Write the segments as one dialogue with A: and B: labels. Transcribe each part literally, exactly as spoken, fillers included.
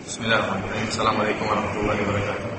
A: Bismillahirrahmanirrahim. Assalamualaikum warahmatullahi wabarakatuh.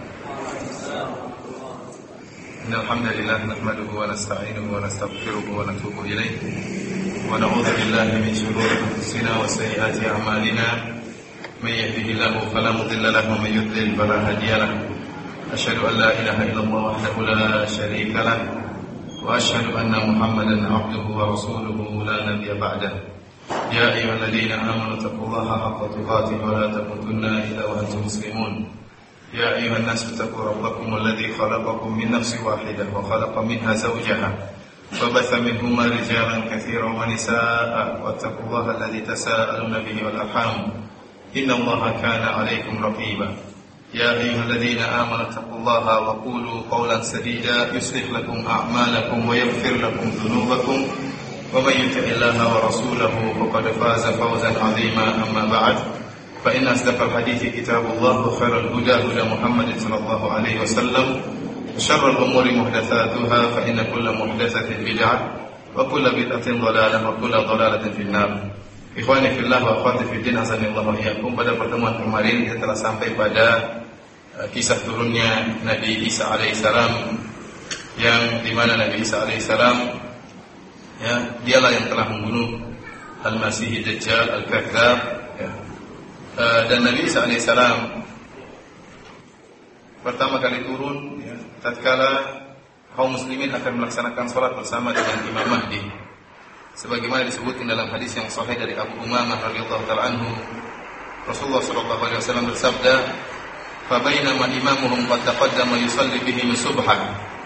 A: Innal hamdalillah nahmaduhu wa nasta'inuhu wa nastaghfiruhu wa natubu ilayh wa na'udzu billahi min shururi anfusina wa sayyiati a'malina. May yahdihillahu fala mudilla lahu wa may yudlil fala hadiya lahu. Asyhadu an la ilaha illallah wahdahu la syarika lahu wa asyhadu anna Muhammadan 'abduhu wa rasuluhu la nabiyya ba'dahu. يا أيها الذين آمنوا اتقوا الله حق تقاته ولا تموتن إلا وأنتم مسلمون يا أيها الناس اتقوا ربكم الذي خلقكم من نفس واحدة وخلق منها زوجها وبث منهما رجالا كثيرا ونساء واتقوا الله الذي تساءلون به والأرحام إن الله كان عليكم رقيبا يا أيها الذين آمنوا اتقوا الله وقولوا قولا سديدا يصلح لكم أعمالكم ويغفر لكم ذنوبكم ومن يطع الله ورسوله فقد فاز فوزا عظيما أما بعد فإن أصدق الحديث كتاب الله وخير الهدى هدى محمد صلى الله عليه وسلم وشر الأمور محدثاتها فإن كل محدثة بدعة وكل بدعة ضلالة وكل ضلالة في النار. Ikhwani fillah wa akhwati fiddin, azanillahu wa iyyakum. Pada pertemuan kemarin kita telah sampai pada uh, kisah turunnya Nabi Isa alaihissalam, yang dimana Nabi Isa alaihissalam, ya, dialah yang telah membunuh Al-Masih Dajjal Al-Kadzdzab, ya. E, dan Nabi Isa alaihissalam pertama kali turun, ya, tatkala kaum muslimin akan melaksanakan salat bersama dengan Imam Mahdi, sebagaimana disebutkan dalam hadis yang sahih dari Abu Umamah radhiyallahu ta'ala anhu. Rasulullah sallallahu alaihi wasallam bersabda, "Fa bainama imamuhum qad taqaddama yusalli bihim subhan."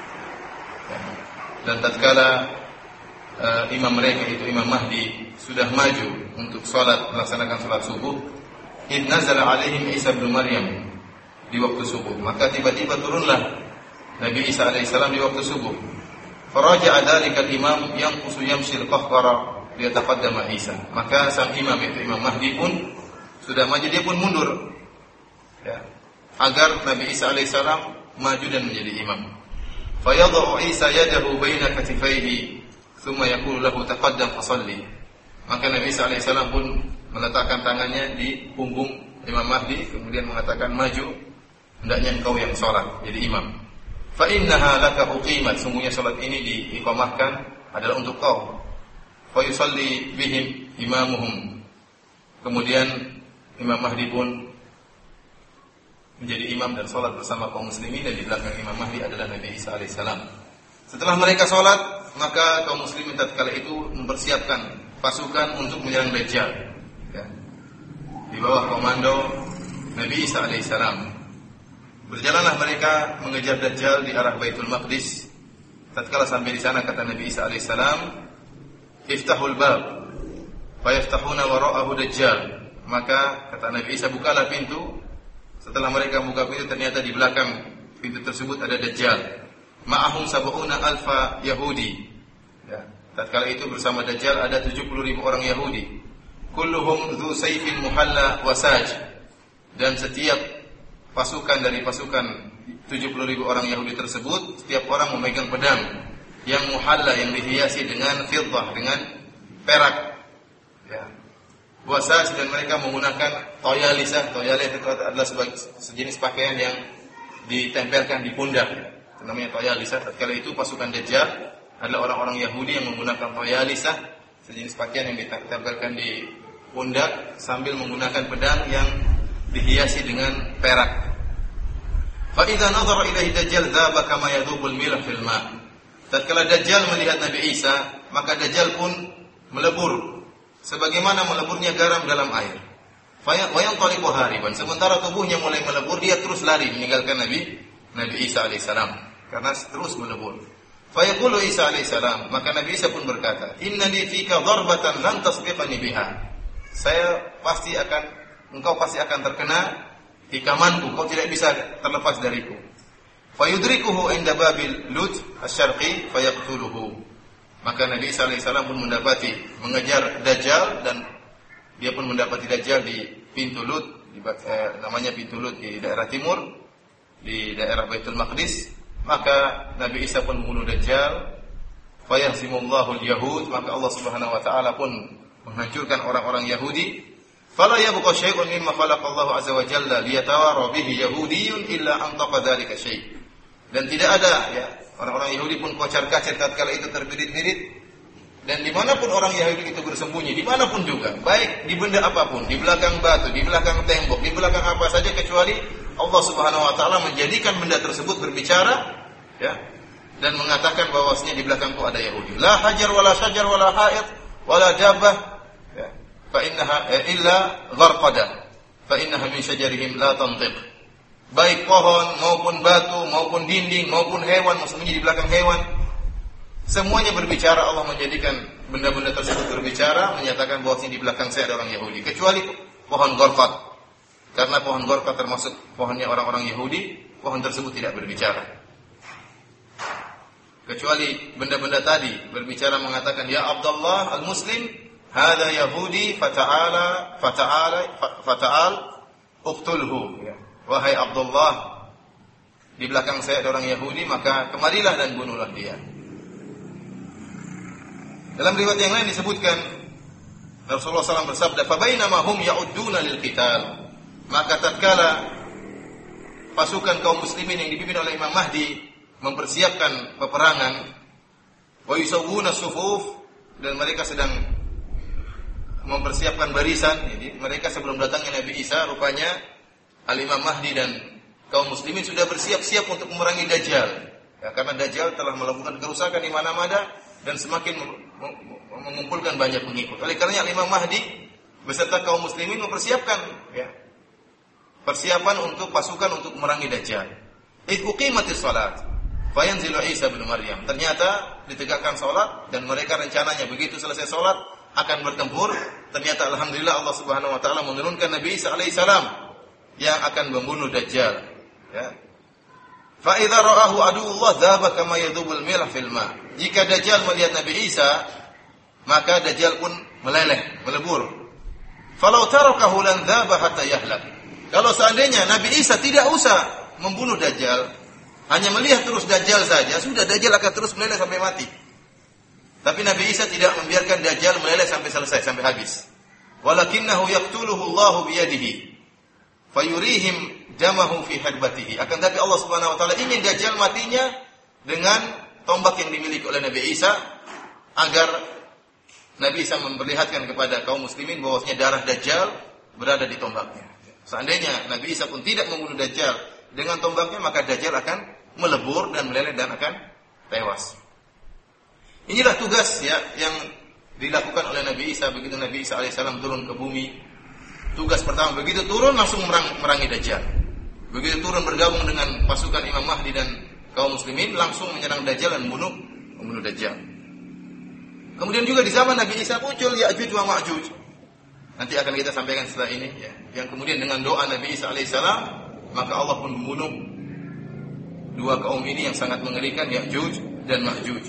A: Ya. Dan tatkala Uh, imam mereka itu Imam Mahdi sudah maju untuk salat, melaksanakan salat subuh, id nazala alaihim Isa bin Maryam, di waktu subuh, maka tiba-tiba turunlah Nabi Isa alaihissalam di waktu subuh. Faraja'a dzalika al-imam yanqusu yamshi al-qahqara liyataqaddama Isa, maka sang imam itu Imam Mahdi pun sudah maju, dia pun mundur, ya, agar Nabi Isa alaihissalam maju dan menjadi imam. Fayadhu Isa yadahu baina katifaihi tsumma yaqulu lahu taqaddam fasalli, maka Nabi Isa alaihissalam pun meletakkan tangannya di punggung Imam Mahdi, kemudian mengatakan, maju, hendaknya engkau yang salat jadi imam. Fa innaha laka uqimat, sungguhnya salat ini diiqamahkan adalah untuk kau. Fa yusalli bihim imamuhum, kemudian Imam Mahdi pun menjadi imam dan salat bersama kaum muslimin, dan di belakang Imam Mahdi adalah Nabi Isa alaihissalam. Setelah mereka salat, maka kaum muslimin tatkala itu mempersiapkan pasukan untuk menyerang Dajjal, ya, di bawah komando Nabi Isa alaihissalam. Berjalanlah mereka mengejar Dajjal di arah Baitul Maqdis. Tatkala sampai di sana, kata Nabi Isa alaihissalam, "Iftahul bab, fayaftahuna wara'ahu Dajjal." Maka kata Nabi Isa, bukalah pintu. Setelah mereka buka pintu, ternyata di belakang pintu tersebut ada Dajjal. Ma'ahum sab'una alfa Yahudi, ya, tatkala itu bersama Dajjal ada tujuh puluh ribu orang Yahudi. Kulluhum dzu sayfin muhalla wasaj, dan setiap pasukan dari pasukan tujuh puluh ribu orang Yahudi tersebut, setiap orang memegang pedang yang muhalla, yang dihiasi dengan fiddah, dengan perak, ya. Wasaj, dan mereka menggunakan toyalisah. Toyalisah itu adalah sebagai sejenis pakaian yang ditempelkan di pundak, namanya toyalisah. Tatkala itu pasukan Dajjal adalah orang-orang Yahudi yang menggunakan toyalisah, sejenis pakaian yang ditempelkan di pundak sambil menggunakan pedang yang dihiasi dengan perak. Fa idza nadhara ilaihi Dajjal dzaba kama yadhubul milah fil ma'. Tatkala Dajjal melihat Nabi Isa, maka Dajjal pun melebur sebagaimana meleburnya garam dalam air. Fa yantaliqu hariban, sementara tubuhnya mulai melebur, dia terus lari meninggalkan Nabi Nabi Isa alaihissalam, karena terus melebur. Fa yaqulu Isa alaihissalam, maka Nabi Isa pun berkata, "Innani fika darbatan lan tasbiqani biha." Saya pasti akan, engkau pasti akan terkena hikamanku, kau tidak bisa terlepas dariku. Fa yudrikuhu inda babil Lut asy-syarqi fa yaqtuluhu. Maka Nabi Isa alaihissalam pun mendapati, mengejar Dajjal, dan dia pun mendapati Dajjal di pintu Lut, di, eh, namanya pintu Lut di daerah timur, di daerah Baitul Maqdis. Maka Nabi Isa pun membunuh Dajjal. Fa yahzimullahu al-yahud, maka Allah Subhanahu wa taala pun menghancurkan orang-orang Yahudi. Fala yabqa syai'un mimma khalaqallahu azza wa jalla liyatawara bihi yahudiyyun illa antaqa dzalika syai'. Dan tidak ada ya orang-orang Yahudi pun kocar-kacir tatkala itu terbirit-birit, dan dimanapun orang Yahudi itu bersembunyi, dimanapun juga, baik di benda apapun, di belakang batu, di belakang tembok, di belakang apa saja, kecuali Allah Subhanahu wa taala menjadikan benda tersebut berbicara ya, dan mengatakan bahwasanya di belakangku ada Yahudi. La hajar wala syajar wala haid wala dabbah ya, fa innaha eh, illa gharqada fa innaha min syajarihim la tantiq. Baik pohon maupun batu maupun dinding maupun hewan bersembunyi di belakang hewan, semuanya berbicara. Allah menjadikan benda-benda tersebut berbicara, menyatakan bahwasanya di belakang saya ada orang Yahudi, kecuali pohon gharqad. Karena pohon gharqad termasuk pohonnya orang-orang Yahudi, pohon tersebut tidak berbicara. Kecuali benda-benda tadi berbicara, mengatakan ya Abdullah al-Muslim, hada Yahudi fata'ala fata'ala fata'al uqtulhu. Wahai Abdullah, di belakang saya ada orang Yahudi, maka kemarilah dan bunuhlah dia. Dalam riwayat yang lain disebutkan Rasulullah shallallahu alaihi wasallam bersabda, "Fabainama hum ya'udduna lil qital." Maka tatkala pasukan kaum muslimin yang dipimpin oleh Imam Mahdi mempersiapkan peperangan, wa yusawwuna sufuf, dan mereka sedang mempersiapkan barisan. Jadi mereka sebelum datangnya Nabi Isa, rupanya Al-Imam Mahdi dan kaum muslimin sudah bersiap-siap untuk memerangi Dajjal. Ya, karena Dajjal telah melakukan kerusakan di mana-mana dan semakin mengumpulkan banyak pengikut. Oleh karenanya Imam Mahdi beserta kaum muslimin mempersiapkan ya, persiapan untuk pasukan untuk memerangi Dajjal. Idh uqimatis salat fayanzilu Isa bin Maryam. Ternyata ditegakkan salat dan mereka rencananya begitu selesai salat akan bertempur. Ternyata alhamdulillah Allah Subhanahu wa taala menurunkan Nabi Isa alaihi salam yang akan membunuh Dajjal ya. Fa idza ra'ahu aduwwullah dhaba kama yadhubul milah fil ma. Jika Dajjal melihat Nabi Isa, maka Dajjal pun meleleh, melebur. Falau tarakahu lan dhaba hatta yahlak. Kalau seandainya Nabi Isa tidak usah membunuh Dajjal, hanya melihat terus Dajjal saja, sudah Dajjal akan terus meleleh sampai mati. Tapi Nabi Isa tidak membiarkan Dajjal meleleh sampai selesai, sampai habis. Walakinnahu yaqtuluhu Allahu biyadihi fayurihim jamahu fi hadbatihi. Akan tapi Allah Subhanahu wa taala ingin Dajjal matinya dengan tombak yang dimiliki oleh Nabi Isa, agar Nabi Isa memperlihatkan kepada kaum muslimin bahwasanya darah Dajjal berada di tombaknya. Seandainya Nabi Isa pun tidak membunuh Dajjal dengan tombaknya, maka Dajjal akan melebur dan meleleh dan akan tewas. Inilah tugas ya yang dilakukan oleh Nabi Isa begitu Nabi Isa alaihissalam turun ke bumi. Tugas pertama, begitu turun langsung merang, merangi Dajjal. Begitu turun bergabung dengan pasukan Imam Mahdi dan kaum muslimin, langsung menyerang Dajjal dan membunuh membunuh Dajjal. Kemudian juga di zaman Nabi Isa muncul Ya'juj wa Ma'juj. Nanti akan kita sampaikan setelah ini ya. Yang kemudian dengan doa Nabi Isa alaihissalam, maka Allah pun membunuh dua kaum ini yang sangat mengerikan, Ya'juj dan Ma'juj.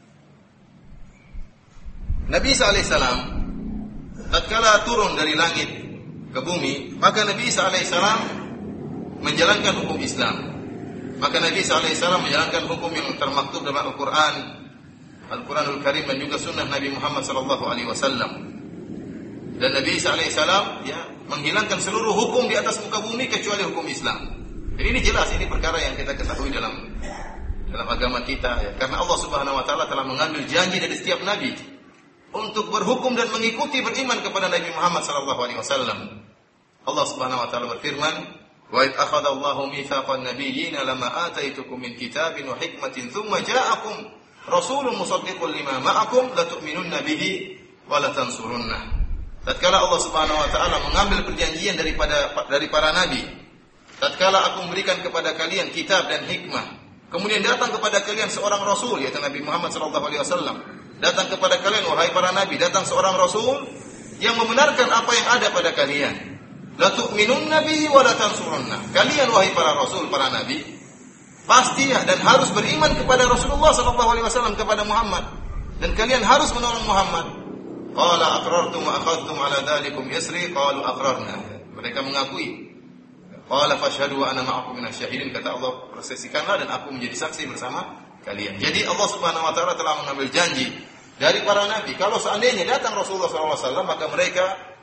A: Nabi Isa alaihissalam tatkala turun dari langit ke bumi, maka Nabi Isa alaihissalam menjalankan hukum Islam. Maka Nabi Isa alaihissalam menjalankan hukum yang termaktub dalam Al-Quran, Al-Quranul Karim, dan juga Sunnah Nabi Muhammad sallallahu alaihi wasallam. Dan Nabi Isa alaihissalam ya menghilangkan seluruh hukum di atas muka bumi kecuali hukum Islam. Jadi ini jelas, ini perkara yang kita ketahui dalam dalam agama kita ya. Karena Allah Subhanahu wa taala telah mengambil janji dari setiap nabi untuk berhukum dan mengikuti, beriman kepada Nabi Muhammad sallallahu alaihi wasallam. Allah Subhanahu wa taala berfirman, "Wa id akhadha Allahu mitsaqan nabiyyina lama ataitukum min kitabin wa hikmatin thumma ja'akum rasulun musaddiqun lima ma'akum la tu'minunna bihi wa la tansurunnah." Tatkala Allah Subhanahu wa taala mengambil perjanjian daripada dari para nabi, tatkala aku memberikan kepada kalian kitab dan hikmah, kemudian datang kepada kalian seorang rasul yaitu Nabi Muhammad sallallahu alaihi wasallam. Datang kepada kalian wahai para nabi, datang seorang rasul yang membenarkan apa yang ada pada kalian. La tu'minunna bihi wa la tansurunna. Kalian wahai para rasul, para nabi, pasti dan harus beriman kepada Rasulullah sallallahu alaihi wasallam, kepada Muhammad, dan kalian harus menolong Muhammad. Qala aqrartum wa akhadtum ala dzalikum yasri, qalu aqrarna. Mereka mengakui. Qala fashhadu wa ana ma'akum minasyahidin. Kata Allah, persesikanlah dan aku menjadi saksi bersama kalian. Jadi Allah Subhanahu wa taala telah mengambil janji dari para nabi, kalau seandainya datang Rasulullah sallallahu alaihi wasallam, maka mereka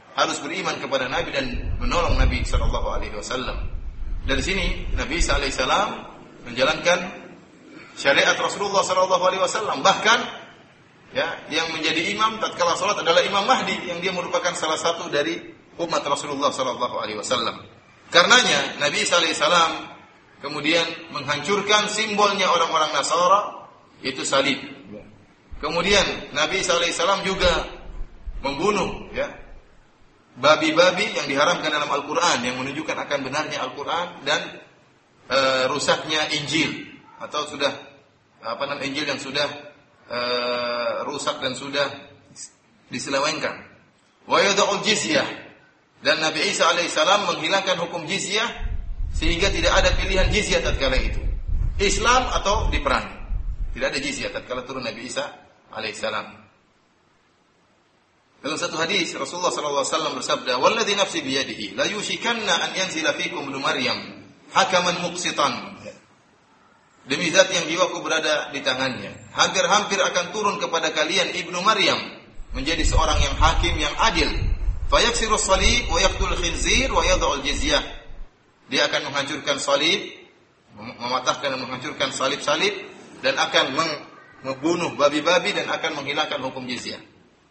A: harus beriman kepada Nabi dan menolong Nabi sallallahu alaihi wasallam. Dari sini Nabi Isa alaihissalam menjalankan syariat Rasulullah sallallahu alaihi wasallam. Bahkan ya, yang menjadi imam tatkala salat adalah Imam Mahdi yang dia merupakan salah satu dari umat Rasulullah sallallahu alaihi wasallam. Karenanya Nabi Isa alaihissalam kemudian menghancurkan simbolnya orang-orang Nasara, itu salib. Kemudian Nabi Isa alaihissalam juga membunuh ya babi-babi yang diharamkan dalam Al-Quran, yang menunjukkan akan benarnya Al-Quran dan e, rusaknya Injil, atau sudah apa namanya Injil yang sudah e, rusak dan sudah diselewengkan. Wa yad'ul jizyah, dan Nabi Isa alaihissalam menghilangkan hukum jizyah sehingga tidak ada pilihan jizyah tatkala itu, Islam atau diperangi. Tidak ada jizyah tatkala turun Nabi Isa alaihissalam. Dalam satu hadis Rasulullah sallallahu alaihi wasallam bersabda, "Walladzi nafsi biyadihi la yushikanna an yanzila fikum ibnu Maryam hakaman muqsitan." Demi zat yang jiwaku berada di tangannya, hampir-hampir akan turun kepada kalian Ibnu Maryam menjadi seorang yang hakim yang adil. Fayaksiru salib wa yaqtul khinzir wa yad'ul jizyah. Dia akan menghancurkan salib, mematahkan dan menghancurkan salib-salib, dan akan membunuh babi-babi dan akan menghilangkan hukum jizyah.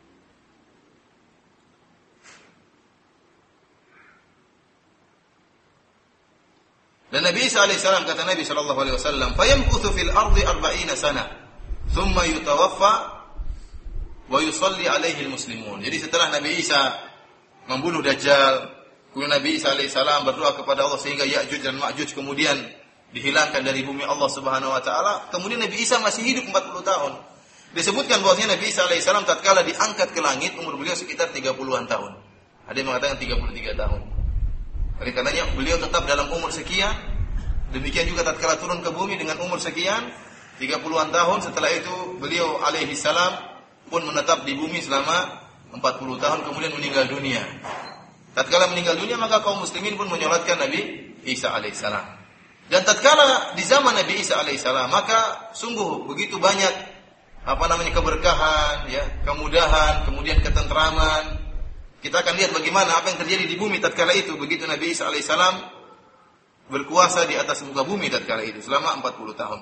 A: Dan Nabi Isa alaihissalam, kata Nabi sallallahu alaihi wasallam, "Fayamkuthu fil ardi arba'ina sana, thumma yutawaffa wa yusalli alaihi almuslimun." Jadi setelah Nabi Isa membunuh Dajjal, kemudian Nabi Isa alaihissalam berdoa kepada Allah sehingga Ya'juj dan Ma'juj kemudian dihilangkan dari bumi Allah Subhanahu wa taala. Kemudian Nabi Isa masih hidup empat puluh tahun. Disebutkan bahwasanya Nabi Isa alaihissalam tatkala diangkat ke langit umur beliau sekitar tiga puluhan tahun. Ada yang mengatakan tiga puluh tiga tahun. Oleh karenanya beliau tetap dalam umur sekian. Demikian juga tatkala turun ke bumi dengan umur sekian, tiga puluhan tahun. Setelah itu beliau alaihi salam pun menetap di bumi selama empat puluh tahun, kemudian meninggal dunia. Tatkala meninggal dunia, maka kaum muslimin pun menyolatkan Nabi Isa alaihi salam. Dan tatkala di zaman Nabi Isa alaihi salam, maka sungguh begitu banyak apa namanya keberkahan, ya, kemudahan, kemudian ketentraman. Kita akan lihat bagaimana apa yang terjadi di bumi tatkala itu begitu Nabi Isa alaihissalam berkuasa di atas muka bumi tatkala itu selama empat puluh tahun.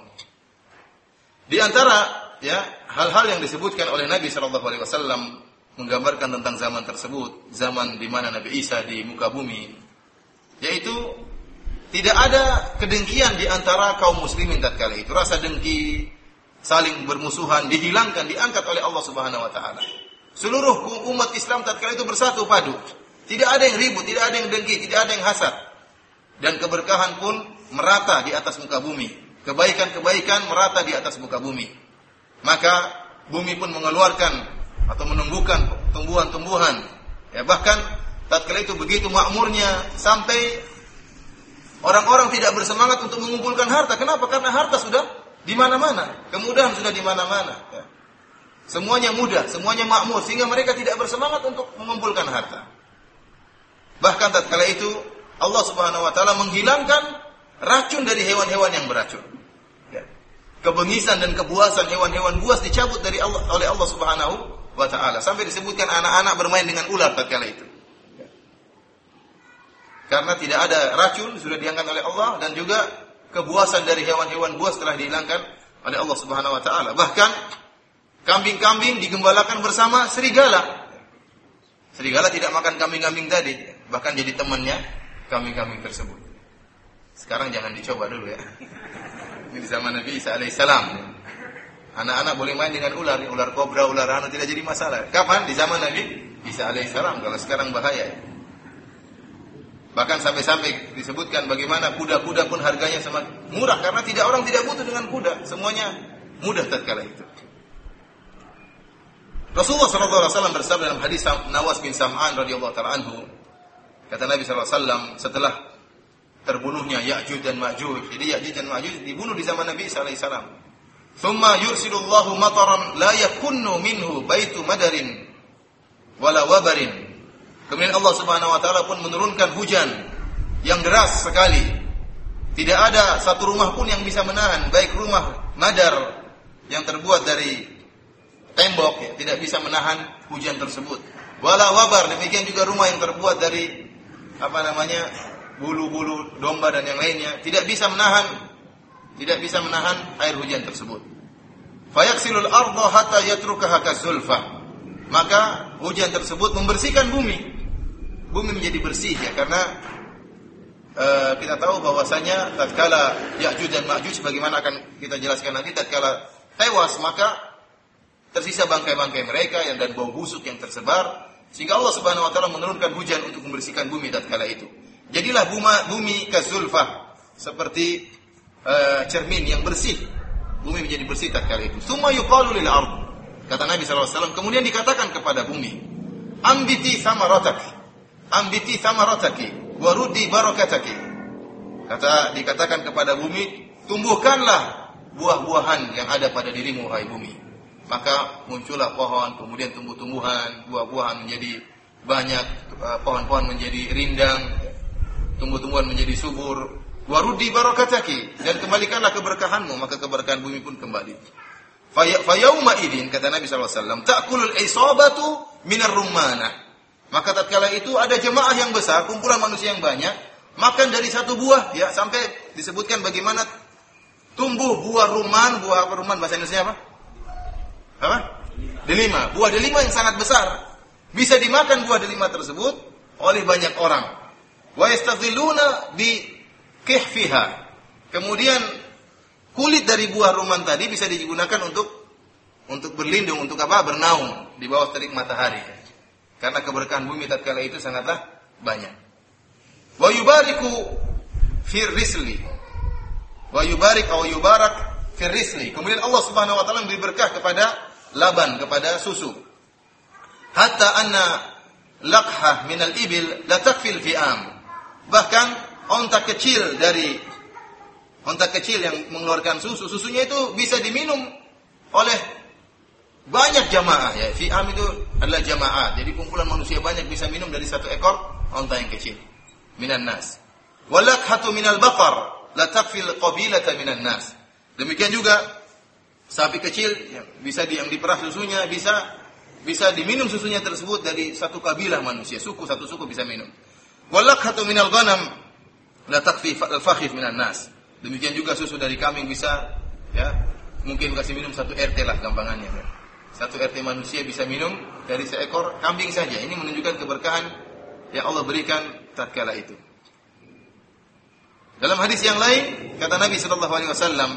A: Di antara ya hal-hal yang disebutkan oleh Nabi sallallahu alaihi wasallam menggambarkan tentang zaman tersebut, zaman di mana Nabi Isa di muka bumi, yaitu tidak ada kedengkian di antara kaum muslimin tatkala itu. Rasa dengki, saling bermusuhan dihilangkan, diangkat oleh Allah Subhanahu wa taala. Seluruh umat Islam tatkala itu bersatu padu. Tidak ada yang ribut, tidak ada yang dengki, tidak ada yang hasad. Dan keberkahan pun merata di atas muka bumi. Kebaikan-kebaikan merata di atas muka bumi. Maka bumi pun mengeluarkan atau menumbuhkan tumbuhan-tumbuhan. Ya, bahkan tatkala itu begitu makmurnya sampai orang-orang tidak bersemangat untuk mengumpulkan harta. Kenapa? Karena harta sudah di mana-mana. Kemudahan sudah di mana-mana. Ya. Semuanya mudah, semuanya makmur, sehingga mereka tidak bersemangat untuk mengumpulkan harta. Bahkan tatkala itu Allah Subhanahu wa taala menghilangkan racun dari hewan-hewan yang beracun. Ya. Kebengisan dan kebuasan hewan-hewan buas dicabut dari Allah oleh Allah Subhanahu wa taala. Sampai disebutkan anak-anak bermain dengan ular tatkala itu. Ya. Karena tidak ada racun sudah dihilangkan oleh Allah, dan juga kebuasan dari hewan-hewan buas telah dihilangkan oleh Allah Subhanahu wa taala. Bahkan kambing-kambing digembalakan bersama serigala. Serigala tidak makan kambing-kambing tadi, bahkan jadi temannya kambing-kambing tersebut. Sekarang jangan dicoba dulu ya. Ini di zaman Nabi Isa alaihissalam. Anak-anak boleh main dengan ular, ular kobra, ular hana, tidak jadi masalah. Kapan? Di zaman Nabi Isa alaihissalam. Kalau sekarang bahaya. Bahkan sampai-sampai disebutkan bagaimana kuda-kuda pun harganya semakin murah karena tidak orang tidak butuh dengan kuda, semuanya mudah tatkala itu. Rasulullah sallallahu alaihi wasallam bersabda dalam hadis Nawas bin Sam'an radhiyallahu taala anhu, kata Nabi sallallahu alaihi wasallam setelah terbunuhnya Ya'juj dan Ma'juj. Jadi Ya'juj dan Ma'juj dibunuh di zaman Nabi sallallahu alaihi wasallam. Tsumma yursilullahu mataran la yakunnu minhu baitu madarin wala wabarin. Kemudian Allah Subhanahu wa taala pun menurunkan hujan yang deras sekali. Tidak ada satu rumah pun yang bisa menahan, baik rumah madar yang terbuat dari tembok, ya, tidak bisa menahan hujan tersebut. Wala wabar, demikian juga rumah yang terbuat dari apa namanya? bulu-bulu domba dan yang lainnya, tidak bisa menahan tidak bisa menahan air hujan tersebut. Fayaksilul arda hatta yatrukaha kazulfa. Maka hujan tersebut membersihkan bumi. Bumi menjadi bersih ya, karena uh, kita tahu bahwasanya tatkala Ya'juj dan Ma'juj sebagaimana akan kita jelaskan nanti, tatkala tewas maka tersisa bangkai-bangkai mereka yang dan bau busuk yang tersebar, sehingga Allah Subhanahu wa taala menurunkan hujan untuk membersihkan bumi tatkala itu. Jadilah buma, bumi kazulfa, seperti uh, cermin yang bersih. Bumi menjadi bersih tatkala itu. Tsumma yuqalu lil ardh. Kata Nabi sallallahu alaihi wasallam, kemudian dikatakan kepada bumi, ambiti thamarataki, ambiti thamarataki, warudi barakataki. Kata dikatakan kepada bumi, tumbuhkanlah buah-buahan yang ada pada dirimu wahai bumi. Maka muncullah pohon, kemudian tumbuh-tumbuhan, buah-buahan menjadi banyak, pohon-pohon menjadi rindang, tumbuh-tumbuhan menjadi subur. Warudi barakataki, dan kembalikanlah keberkahanmu, maka keberkahan bumi pun kembali. Fayauma idin, kata Nabi sallallahu alaihi wasallam, ta'kulul isabatu minar rummanah. Maka tatkala itu ada jemaah yang besar, kumpulan manusia yang banyak, makan dari satu buah, ya, sampai disebutkan bagaimana tumbuh buah rumman. Buah apa rumman bahasa Indonesia apa? Apa? Delima. Buah delima yang sangat besar. Bisa dimakan buah delima tersebut oleh banyak orang. Wa yastadhilluna bi kihfiha. Kemudian kulit dari buah rumman tadi bisa digunakan untuk untuk berlindung, untuk apa? Bernaung di bawah terik matahari. Karena keberkahan bumi tatkala itu sangatlah banyak. Wa yubariku fir risli. Wa yubarik atau yubarak fir risli. Kemudian Allah Subhanahu wa taala memberi berkah kepada laban, kepada susu. Hatta anna laqha minal ibil la takfil fi'am. Bahkan onta kecil dari onta kecil yang mengeluarkan susu, susunya itu bisa diminum oleh banyak jamaah ya. Fi'am itu adalah jamaah. Jadi kumpulan manusia banyak bisa minum dari satu ekor onta yang kecil. Minan nas. Walakhatu minal baqar la takfil qabilata minan nas. Demikian juga sapi kecil yang bisa di, yang diperah susunya bisa bisa diminum susunya tersebut dari satu kabilah manusia, suku satu suku bisa minum. Walakhatu minal ghanam la takfi al-fakhif minan nas. Demikian juga susu dari kambing bisa, ya, mungkin kasih minum satu R T lah gampangannya. Ya. Satu R T manusia bisa minum dari seekor kambing saja. Ini menunjukkan keberkahan yang Allah berikan tatkala itu. Dalam hadis yang lain kata Nabi sallallahu alaihi wasallam,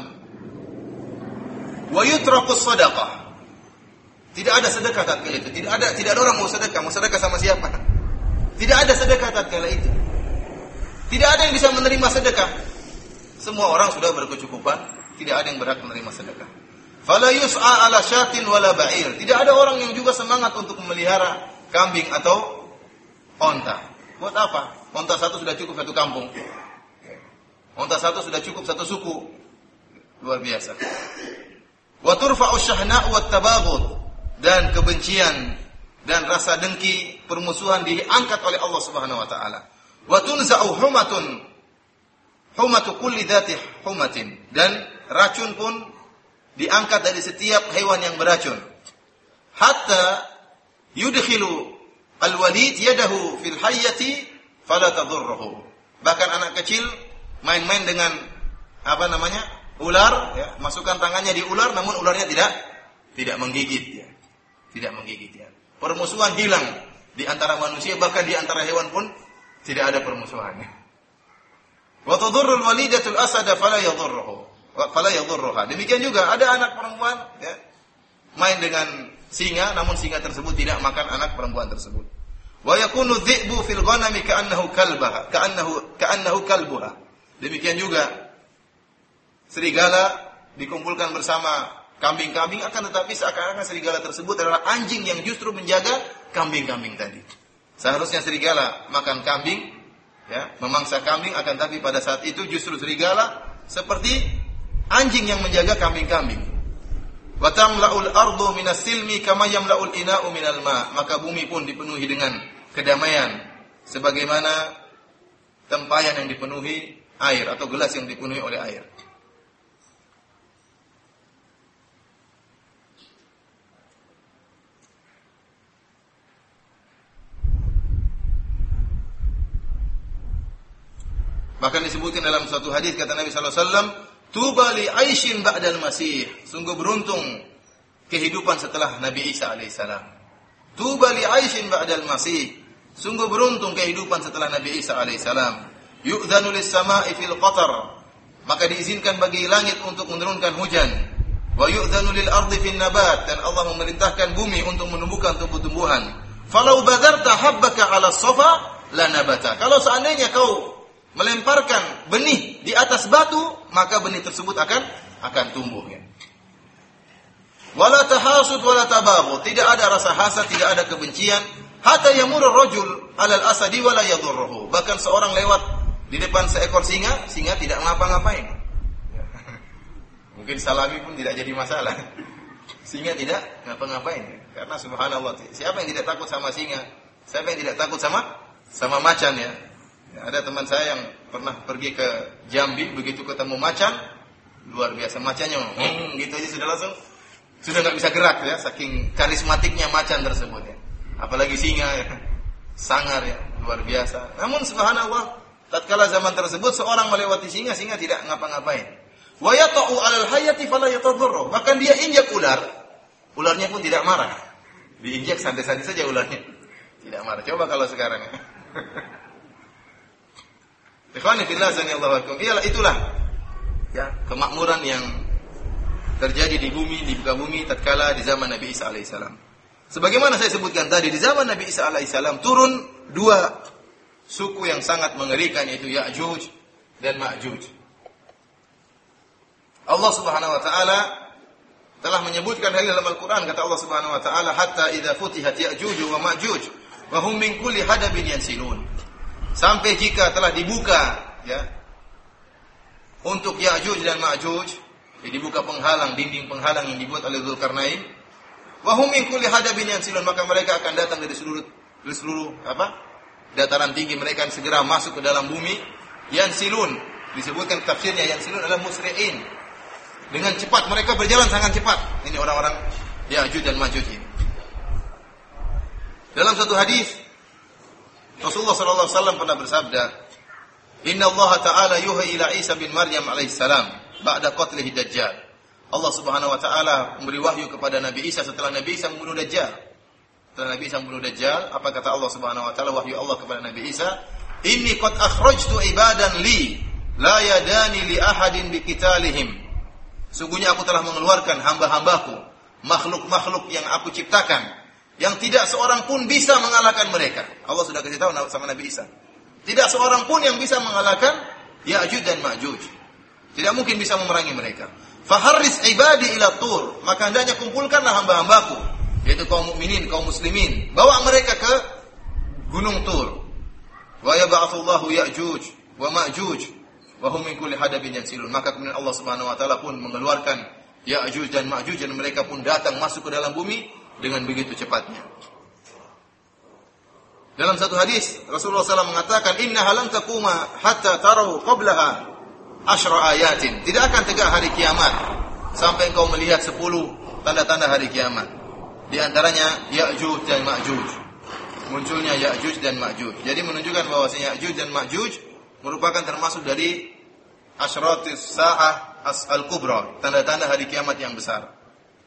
A: wa yutraqus shadaqah. Tidak ada sedekah tatkala itu. Tidak ada tidak ada orang mau sedekah, mau sedekah sama siapa? Tidak ada sedekah tatkala itu. Tidak ada yang bisa menerima sedekah. Semua orang sudah berkecukupan, tidak ada yang berhak menerima sedekah. Fala yus'a ala syatin wala ba'ir. Tidak ada orang yang juga semangat untuk memelihara kambing atau onta. Buat apa? Onta satu sudah cukup satu kampung. Onta satu sudah cukup satu suku. Luar biasa. Wa turfa'u syahna'u wat tabaghud. Dan kebencian dan rasa dengki, permusuhan diangkat oleh Allah Subhanahu wa taala. Wa tunza'u humatun humatu kulli dzati humatin, dan racun pun diangkat dari setiap hewan yang beracun. Hatta yudkhilu al-walid yadahu fil hayyati fala tadurruhu. Bahkan anak kecil main-main dengan apa namanya? ular, ya, masukkan tangannya di ular namun ularnya tidak tidak menggigit ya. Tidak menggigit ya. Permusuhan hilang di antara manusia, bahkan di antara hewan pun tidak ada permusuhannya. Wa tadurrul walidatul asada fala yadurruhu fala yadurruha. Demikian juga ada anak perempuan ya, main dengan singa namun singa tersebut tidak makan anak perempuan tersebut. Wa yakunu dhi'bu fil ghanami ka'annahu kalbaha ka'annahu ka'annahu kalbuha. Demikian juga serigala dikumpulkan bersama kambing-kambing, akan tetapi seakan-akan serigala tersebut adalah anjing yang justru menjaga kambing-kambing tadi. Seharusnya serigala makan kambing, ya, memangsa kambing, akan tapi pada saat itu justru serigala seperti anjing yang menjaga kambing-kambing. Wa tamla'ul ardu minas silmi kama yamla'ul ina'u minal ma'. Maka bumi pun dipenuhi dengan kedamaian sebagaimana tempayan yang dipenuhi air atau gelas yang dipenuhi oleh air. Bahkan disebutkan dalam suatu hadis kata Nabi sallallahu alaihi wasallam, "Tuba li aisyin ba'dal masih." Sungguh beruntung kehidupan setelah Nabi Isa alaihissalam. Tuba li aisyin ba'dal masih. Sungguh beruntung kehidupan setelah Nabi Isa alaihissalam. Yu'dzanu lis-sama'i fil qatar. Maka diizinkan bagi langit untuk menurunkan hujan. Wa yu'dzanu lil ardi fil nabat, dan Allah memerintahkan bumi untuk menumbuhkan tumbuh-tumbuhan. Falau badarta habbaka 'ala safa lanabata. Kalau seandainya kau melemparkan benih di atas batu, maka benih tersebut akan akan tumbuh. Ya. Wala tahasud wala tabaghud. Tidak ada rasa hasad, tidak ada kebencian. Hatta yamurur rajul 'alal asadi wala yadhurruhu. Bahkan seorang lewat di depan seekor singa, singa tidak ngapa-ngapain. Ya. Mungkin salami pun tidak jadi masalah. Singa tidak ngapa-ngapain. Karena subhanallah, siapa yang tidak takut sama singa? Siapa yang tidak takut sama sama macan ya? Ya, ada teman saya yang pernah pergi ke Jambi, begitu ketemu macan, luar biasa macannya, hmm, gitu aja sudah langsung sudah nggak bisa gerak ya, saking karismatiknya macan tersebut ya. Apalagi singa ya, sangar ya, luar biasa. Namun subhanallah, tatkala zaman tersebut seorang melewati singa, singa tidak ngapa-ngapain. Wa yata'u 'alal hayati fala yatadhurru. Bahkan dia injak ular, ularnya pun tidak marah. Diinjak santai-santai saja ularnya, tidak marah. Coba kalau sekarang ya. Ikhwani fillah sanallahu alaikum. Iyalah itulah ya kemakmuran yang terjadi di bumi, di muka bumi tatkala di zaman Nabi Isa alaihissalam. Sebagaimana saya sebutkan tadi, di zaman Nabi Isa alaihissalam turun dua suku yang sangat mengerikan, yaitu Ya'juj dan Ma'juj. Allah Subhanahu wa taala telah menyebutkan hal dalam Al-Qur'an, kata Allah Subhanahu wa taala, hatta idza futihat Ya'juj wa Ma'juj wa hum min kulli hadabin yansilun. Sampai jika telah dibuka ya untuk Ya'juj dan Ma'juj, ya, dibuka penghalang, dinding penghalang yang dibuat oleh Dzulkarnain, wa hum min kulli hadabin yansilun, maka mereka akan datang dari seluruh dari seluruh apa? dataran tinggi, mereka akan segera masuk ke dalam bumi. Yansilun disebutkan tafsirnya yansilun adalah musri'in. Dengan cepat, mereka berjalan sangat cepat. Ini orang-orang Ya'juj dan Ma'juj ini. Dalam satu hadis Rasulullah sallallahu alaihi wasallam pernah bersabda, "Inna Allah Ta'ala yuhi ila Isa bin Maryam alaihissalam ba'da qatlihi Dajjal." Allah Subhanahu wa taala memberi wahyu kepada Nabi Isa setelah Nabi Isa membunuh Dajjal. Setelah Nabi Isa membunuh Dajjal, apa kata Allah Subhanahu wa taala, wahyu Allah kepada Nabi Isa, "Inni qad akhrajtu ibadan li la yadani li ahadin bi qitalihim." Sungguhnya aku telah mengeluarkan hamba-hambaku, makhluk-makhluk yang aku ciptakan, yang tidak seorang pun bisa mengalahkan mereka. Allah sudah kasih tahu sama Nabi Isa. Tidak seorang pun yang bisa mengalahkan Ya'juj dan Ma'juj. Tidak mungkin bisa memerangi mereka. Faharris ibadi ila tur. Maka hendaknya kumpulkanlah hamba-hambaku, yaitu kaum mukminin, kaum muslimin. Bawa mereka ke Gunung Tur. Wa yab'atsullahu Ya'juj wa Ma'juj wa hum min kulli hadabin yansilun. Maka kemudian Allah Subhanahu wa taala pun mengeluarkan Ya'juj dan Ma'juj, dan mereka pun datang masuk ke dalam bumi dengan begitu cepatnya. Dalam satu hadis Rasulullah shallallahu alaihi wasallam mengatakan, "Inna halan taquma hatta taraw qablaha asyra ayatin." Tidak akan tegak hari kiamat sampai engkau melihat sepuluh tanda-tanda hari kiamat. Di antaranya Ya'juj dan Ma'juj. Munculnya Ya'juj dan Ma'juj. Jadi menunjukkan bahwasanya Ya'juj dan Ma'juj merupakan termasuk dari asyratis sa'ah al-kubra, tanda-tanda hari kiamat yang besar.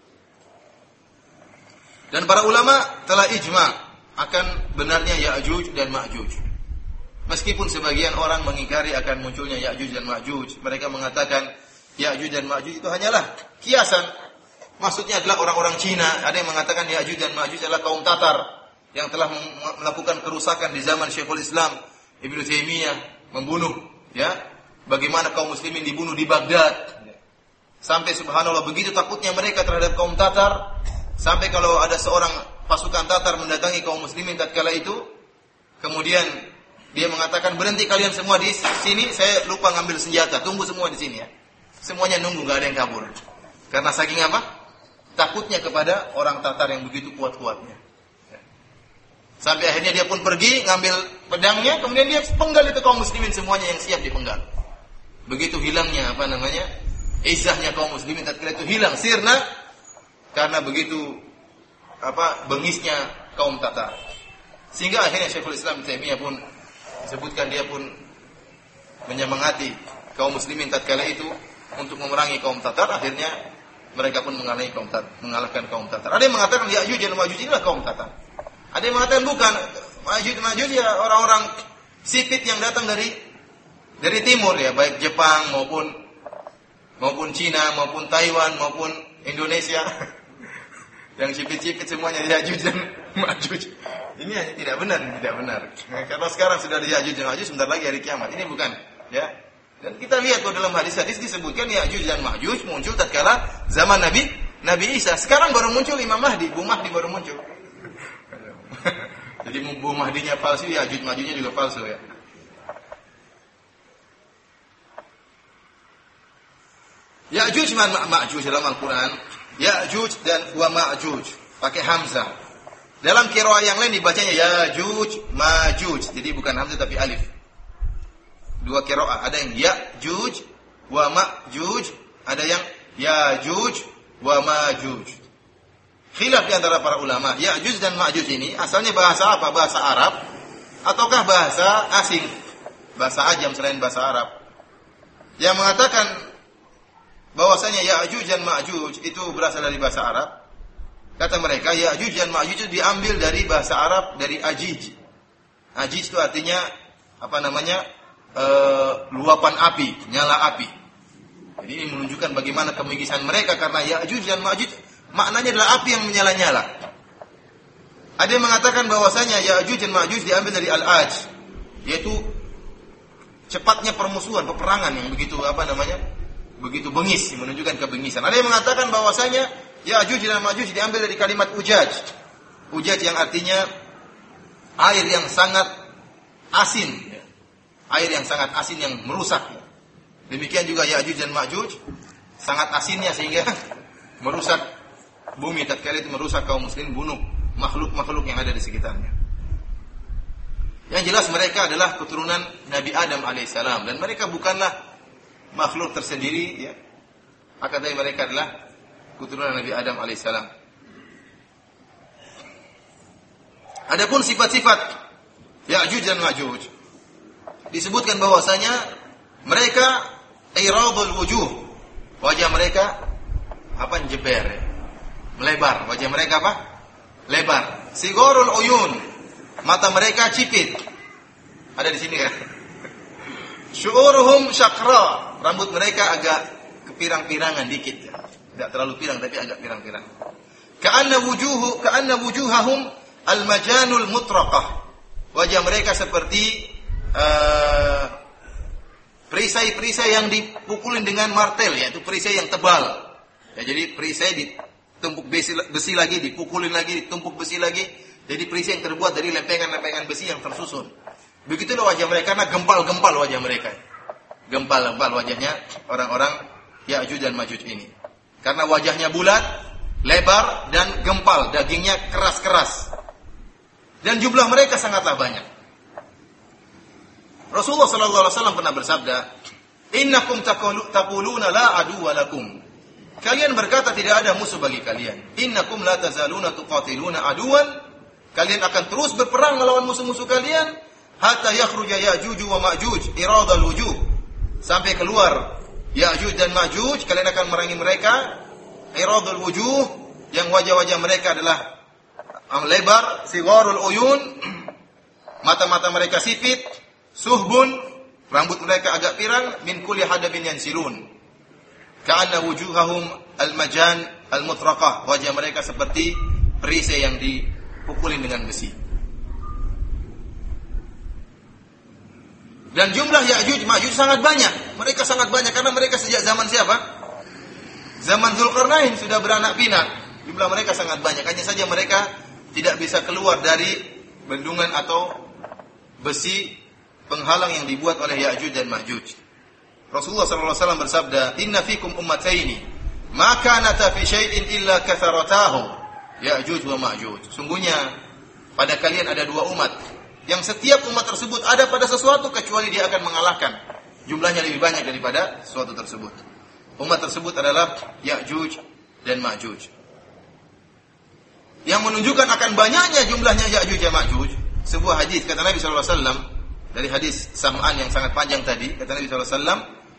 A: Dan para ulama telah ijma' akan benarnya Ya'juj dan Ma'juj. Meskipun sebagian orang mengingkari akan munculnya Ya'juj dan Ma'juj, mereka mengatakan Ya'juj dan Ma'juj itu hanyalah kiasan. Maksudnya adalah orang-orang Cina. Ada yang mengatakan Ya'juj dan Ma'juj adalah kaum Tatar yang telah melakukan kerusakan di zaman Syekhul Islam Ibnu Taimiyah, membunuh ya. Bagaimana kaum muslimin dibunuh di Baghdad. Sampai subhanallah begitu takutnya mereka terhadap kaum Tatar, sampai kalau ada seorang pasukan Tatar mendatangi kaum muslimin tatkala itu, kemudian dia mengatakan, "Berhenti kalian semua di sini, saya lupa ngambil senjata, tunggu semua di sini ya." Semuanya nunggu, enggak ada yang kabur. Karena saking apa? Takutnya kepada orang Tatar yang begitu kuat-kuatnya. Sampai akhirnya dia pun pergi ngambil pedangnya, kemudian dia penggal itu kaum muslimin semuanya yang siap dipenggal. Begitu hilangnya apa namanya? Izahnya kaum muslimin tatkala itu hilang, sirna, karena begitu apa bengisnya kaum Tatar. Sehingga akhirnya Syekhul Islam Taimiyah pun disebutkan dia pun menyemangati kaum muslimin tatkala itu untuk memerangi kaum Tatar, akhirnya mereka pun mengalahkan kaum Tatar, mengalahkan kaum Tatar. Ada yang mengatakan Ya'juj dan Ma'juj inilah kaum Tatar. Ada yang mengatakan bukan, Ya'juj dan Ma'juj ya orang-orang sipit yang datang dari dari timur ya, baik Jepang maupun maupun Cina maupun Taiwan maupun Indonesia. Yang sipit-sipit semuanya Ya'juj dan Ma'juj. Ini tidak benar, tidak benar. Kalau sekarang sudah ada Ya'juj dan Ma'juj, sebentar lagi hari kiamat. Ini bukan, ya. Dan kita lihat bahwa dalam hadis-hadis disebutkan Ya'juj dan Ma'juj muncul tatkala zaman Nabi Nabi Isa. Sekarang baru muncul Imam Mahdi, Bu Mahdi baru muncul. Jadi Bu Mahdinya palsu, Ya'juj Ma'jujnya juga palsu ya. Ya'juj dan Ma'juj dalam Al-Qur'an, Ya'juj dan wa Ma'juj pakai hamzah. Dalam qiraah yang lain dibacanya Ya'juj Ma'juj. Jadi bukan hamzah tapi alif. Dua qiraah, ada yang Ya'juj wa Ma'juj, ada yang Ya'juj wa Ma'juj. Khilaf di antara para ulama, Ya'juj dan Ma'juj ini asalnya bahasa apa? Bahasa Arab ataukah bahasa asing? Bahasa ajam selain bahasa Arab. Yang mengatakan bahwasanya Ya'juj dan Ma'juj itu berasal dari bahasa Arab. Kata mereka Ya'juj dan Ma'juj itu diambil dari bahasa Arab dari ajij. Ajij itu artinya apa namanya? E, luapan api, nyala api. Jadi ini menunjukkan bagaimana kemigisan mereka karena Ya'juj dan Ma'juj maknanya adalah api yang menyala-nyala. Ada yang mengatakan bahwasanya Ya'juj dan Ma'juj diambil dari al-aj, yaitu cepatnya permusuhan, peperangan yang begitu apa namanya? Begitu bengis, menunjukkan kebengisan. Ada yang mengatakan bahwasanya Ya'juj dan Ma'juj diambil dari kalimat ujaj. Ujaj yang artinya air yang sangat asin. Air yang sangat asin yang merusak. Demikian juga Ya'juj dan Ma'juj sangat asinnya sehingga merusak bumi, tatkala itu merusak kaum muslimin, bunuh makhluk-makhluk yang ada di sekitarnya. Yang jelas mereka adalah keturunan Nabi Adam alaihissalam dan mereka bukanlah makhluk tersendiri ya. Akan tetapi mereka adalah keturunan Nabi Adam alaihissalam. Adapun sifat-sifat Ya'juj dan Ma'juj disebutkan bahwasanya mereka iradul wujuh, wajah mereka apa jeber, melebar. Wajah mereka apa? Lebar. Sigorul uyun, mata mereka cipit. Ada di sini kan? Syu'uruhum syakra, rambut mereka agak kepirang-pirangan dikit. Tidak terlalu pirang tapi agak pirang-pirang. Ka'anna wujuhu, ka'anna wujuhahum al-majanul mutraqah. Wajah mereka seperti Uh, perisai-perisai yang dipukulin dengan martel, yaitu perisai yang tebal. Ya, jadi perisai ditumpuk besi, besi lagi, dipukulin lagi, ditumpuk besi lagi. Jadi perisai yang terbuat dari lempengan-lempengan besi yang tersusun. Begitulah wajah mereka, karena gempal-gempal wajah mereka. Gempal-gempal wajahnya orang-orang Ya'juj dan Ma'juj ini. Karena wajahnya bulat, lebar dan gempal, dagingnya keras-keras. Dan jumlah mereka sangatlah banyak. Rasulullah sallallahu alaihi wasallam pernah bersabda, "Innakum taquluna la aduwwa lakum." Kalian berkata tidak ada musuh bagi kalian. Innakum la tazaluna tuqatiluna aduwan. Kalian akan terus berperang melawan musuh-musuh kalian hatta yakhruja Ya'juj wa Ma'juj iradal wujuh. Sampai keluar Ya'juj dan Ma'juj, kalian akan merangi mereka iradul wujuh, yang wajah-wajah mereka adalah lebar, sigharul uyun, mata-mata mereka sipit. Suhbun, rambut mereka agak pirang, min kulli hadabin yansilun. Ka'anna wujuhahum al-majan al-mutraqah. Wajah mereka seperti perisai yang dipukulin dengan besi. Dan jumlah Ya'juj Ma'juj sangat banyak. Mereka sangat banyak karena mereka sejak zaman siapa? Zaman Dzulqarnain sudah beranak pinak. Jumlah mereka sangat banyak. Hanya saja mereka tidak bisa keluar dari bendungan atau besi penghalang yang dibuat oleh Ya'juj dan Ma'juj. Rasulullah sallallahu alaihi wasallam bersabda, "Inna fikum ummataini, ma kanata fi syai'in illa katharatahu, Ya'juj wa Ma'juj." Sungguhnya pada kalian ada dua umat, yang setiap umat tersebut ada pada sesuatu kecuali dia akan mengalahkan. Jumlahnya lebih banyak daripada sesuatu tersebut. Umat tersebut adalah Ya'juj dan Ma'juj. Yang menunjukkan akan banyaknya jumlahnya Ya'juj dan Ma'juj, sebuah hadis kata Nabi sallallahu alaihi wasallam, dari hadis Sam'an yang sangat panjang tadi, kata Nabi sallallahu alaihi wasallam,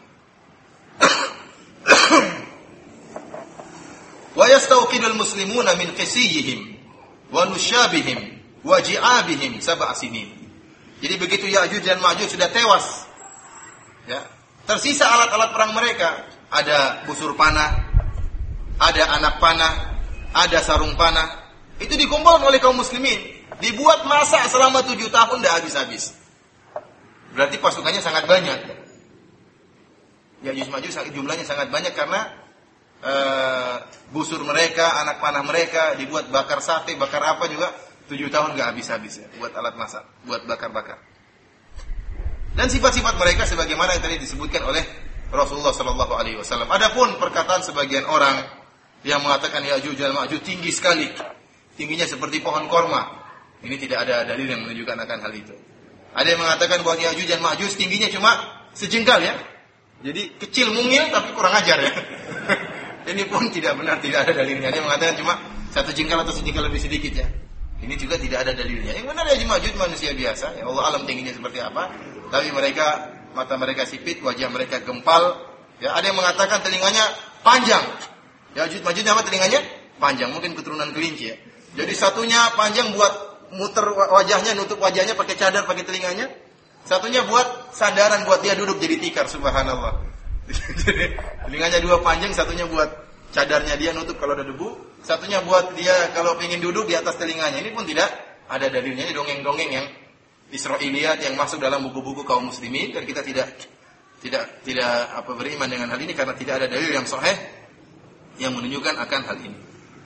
A: wa yastawqidul muslimuna min qisiyihim wa nusyabihim wa ji'abihim sab'a sinin. Jadi begitu Ya'juj dan Ma'juj sudah tewas, ya, tersisa alat-alat perang mereka, ada busur panah, ada anak panah, ada sarung panah. Itu dikumpulkan oleh kaum muslimin, dibuat masa selama tujuh tahun tidak habis-habis. Berarti pasukannya sangat banyak. Ya'juj Ma'juj jumlahnya sangat banyak karena Uh, busur mereka, anak panah mereka dibuat bakar sate, bakar apa juga tujuh tahun nggak habis-habis ya, buat alat masak, buat bakar-bakar. Dan sifat-sifat mereka sebagaimana yang tadi disebutkan oleh Rasulullah Sallallahu Alaihi Wasallam. Adapun perkataan sebagian orang yang mengatakan Ya'juj dan Ma'juj tinggi sekali, tingginya seperti pohon korma, ini tidak ada dalil yang menunjukkan akan hal itu. Ada yang mengatakan bahwa Ya'juj dan Ma'juj tingginya cuma sejengkal ya, jadi kecil mungil tapi kurang ajar ya. Ini pun tidak benar, tidak ada dalilnya. Dia mengatakan cuma satu jengkal atau sejengkal lebih sedikit ya. Ini juga tidak ada dalilnya. Yang benar Ya'juj Ma'juj manusia biasa. Ya Allah alam tingginya seperti apa. Tapi mereka, mata mereka sipit, wajah mereka gempal. Ya, ada yang mengatakan telinganya panjang. Ya'juj Ma'juj apa telinganya? Panjang, mungkin keturunan kelinci ya. Jadi satunya panjang buat muter wajahnya, nutup wajahnya pakai cadar, pakai telinganya. Satunya buat sandaran buat dia duduk jadi tikar, subhanallah. Jadi telinganya dua panjang, satunya buat cadarnya dia nutup kalau ada debu, satunya buat dia kalau ingin duduk di atas telinganya. Ini pun tidak ada dalilnya, ini dongeng-dongeng yang Israiliyat yang masuk dalam buku-buku kaum muslimin, dan kita tidak tidak tidak apa beriman dengan hal ini karena tidak ada dalil yang sahih yang menunjukkan akan hal ini.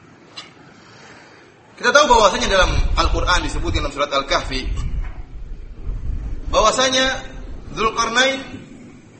A: Kita tahu bahwasanya dalam Al-Qur'an disebut dalam surat Al-Kahfi bahwasanya Dzulqarnain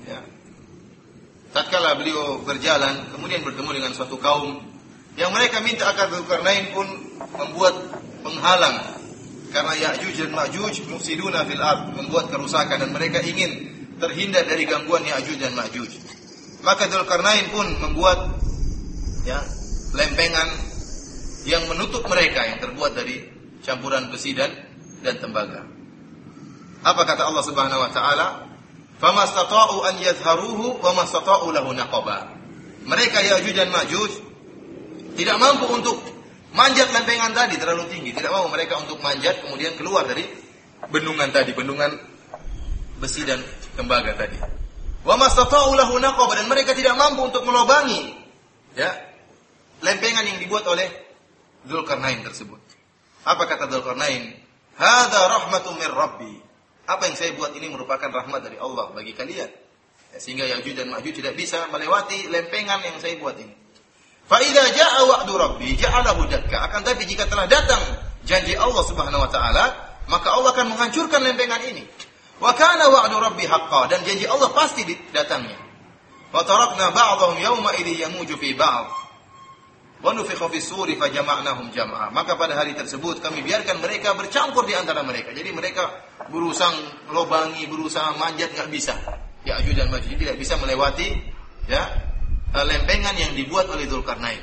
A: tatkala beliau berjalan, kemudian bertemu dengan suatu kaum yang mereka minta agar Dzulqarnain pun membuat penghalang karena Ya'juj dan Ma'juj mufsiduna fil ard, membuat kerusakan dan mereka ingin terhindar dari gangguan Ya'juj dan Ma'juj. Maka Dzulqarnain pun membuat ya lempengan yang menutup mereka yang terbuat dari campuran besi dan dan tembaga. Apa kata Allah Subhanahu wa taala? Famastata'u an yadhharuhu wa mastata'u lahu naqaba. Mereka Ya'juj dan Ma'juj tidak mampu untuk manjat lempengan tadi, terlalu tinggi. Tidak mampu mereka untuk manjat kemudian keluar dari bendungan tadi, bendungan besi dan tembaga tadi. Wa mastata'u lahu naqaba, dan mereka tidak mampu untuk melobangi ya lempengan yang dibuat oleh Dzulqarnain tersebut. Apa kata Dzulqarnain? Hadza rahmatun min rabbi. Apa yang saya buat ini merupakan rahmat dari Allah bagi kalian. Ya, sehingga Ya'juj dan Ma'juj tidak bisa melewati lempengan yang saya buat ini. Fa idza jaa wa'du rabbi ja'alahu dakka. Akan tapi jika telah datang janji Allah Subhanahu wa taala, maka Allah akan menghancurkan lempengan ini. Wa kana wa'du rabbi haqqan, dan janji Allah pasti datangnya. Wa tarakna ba'dahum yawma idzi yamuju fi ba'd. Wa nufikha fis suri fajama'nahum jam'a. Maka pada hari tersebut kami biarkan mereka bercampur di antara mereka. Jadi mereka berusaha lobangi, berusaha manjat, enggak bisa. Ya'juj dan Ma'juj tidak bisa melewati ya lempengan yang dibuat oleh Dzulqarnain.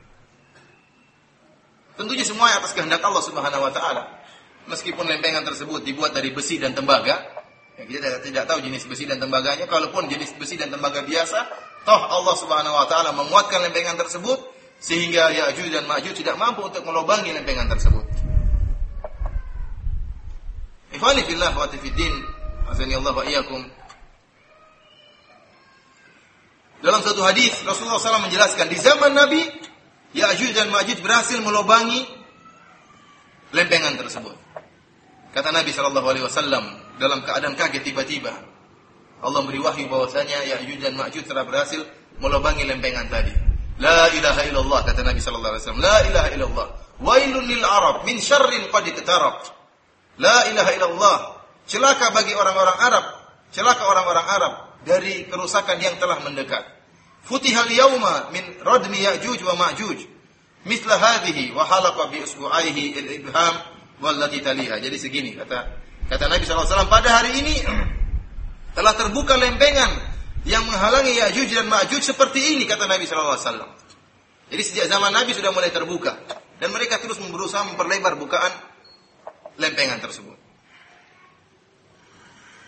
A: Tentunya semua atas kehendak Allah Subhanahu wa taala. Meskipun lempengan tersebut dibuat dari besi dan tembaga, ya kita tidak, tidak tahu jenis besi dan tembaganya. Kalaupun jenis besi dan tembaga biasa, toh Allah Subhanahu wa taala menguatkan lempengan tersebut sehingga Ya'juj dan Ma'juj tidak mampu untuk melobangi lempengan tersebut. Ikhwani fillah wa fiddin, azani Allah wa iyyakum. Dalam satu hadis Rasulullah shallallahu alaihi wasallam menjelaskan di zaman Nabi Ya'juj dan Ma'juj berhasil melobangi lempengan tersebut. Kata Nabi shallallahu alaihi wasallam dalam keadaan kaget tiba-tiba Allah beri wahyu bahwasanya Ya'juj dan Ma'juj telah berhasil melobangi lempengan tadi. La ilaha illallah, kata Nabi sallallahu alaihi wasallam. La ilaha illallah. Wailun lil Arab min syarrin qad iqtarab. La ilaha illallah. Celaka bagi orang-orang Arab, celaka orang-orang Arab dari kerusakan yang telah mendekat. Futihal yauma min radmi Ya'juj wa Ma'juj. Mithla hadhihi wa halaqa bi usbu'aihi al-ibham wallati taliha. Jadi segini kata kata Nabi sallallahu alaihi wasallam, pada hari ini telah terbuka lempengan yang menghalangi Ya'juj dan Ma'juj seperti ini, kata Nabi sallallahu alaihi wasallam. Jadi sejak zaman Nabi sudah mulai terbuka dan mereka terus berusaha memperlebar bukaan lempengan tersebut.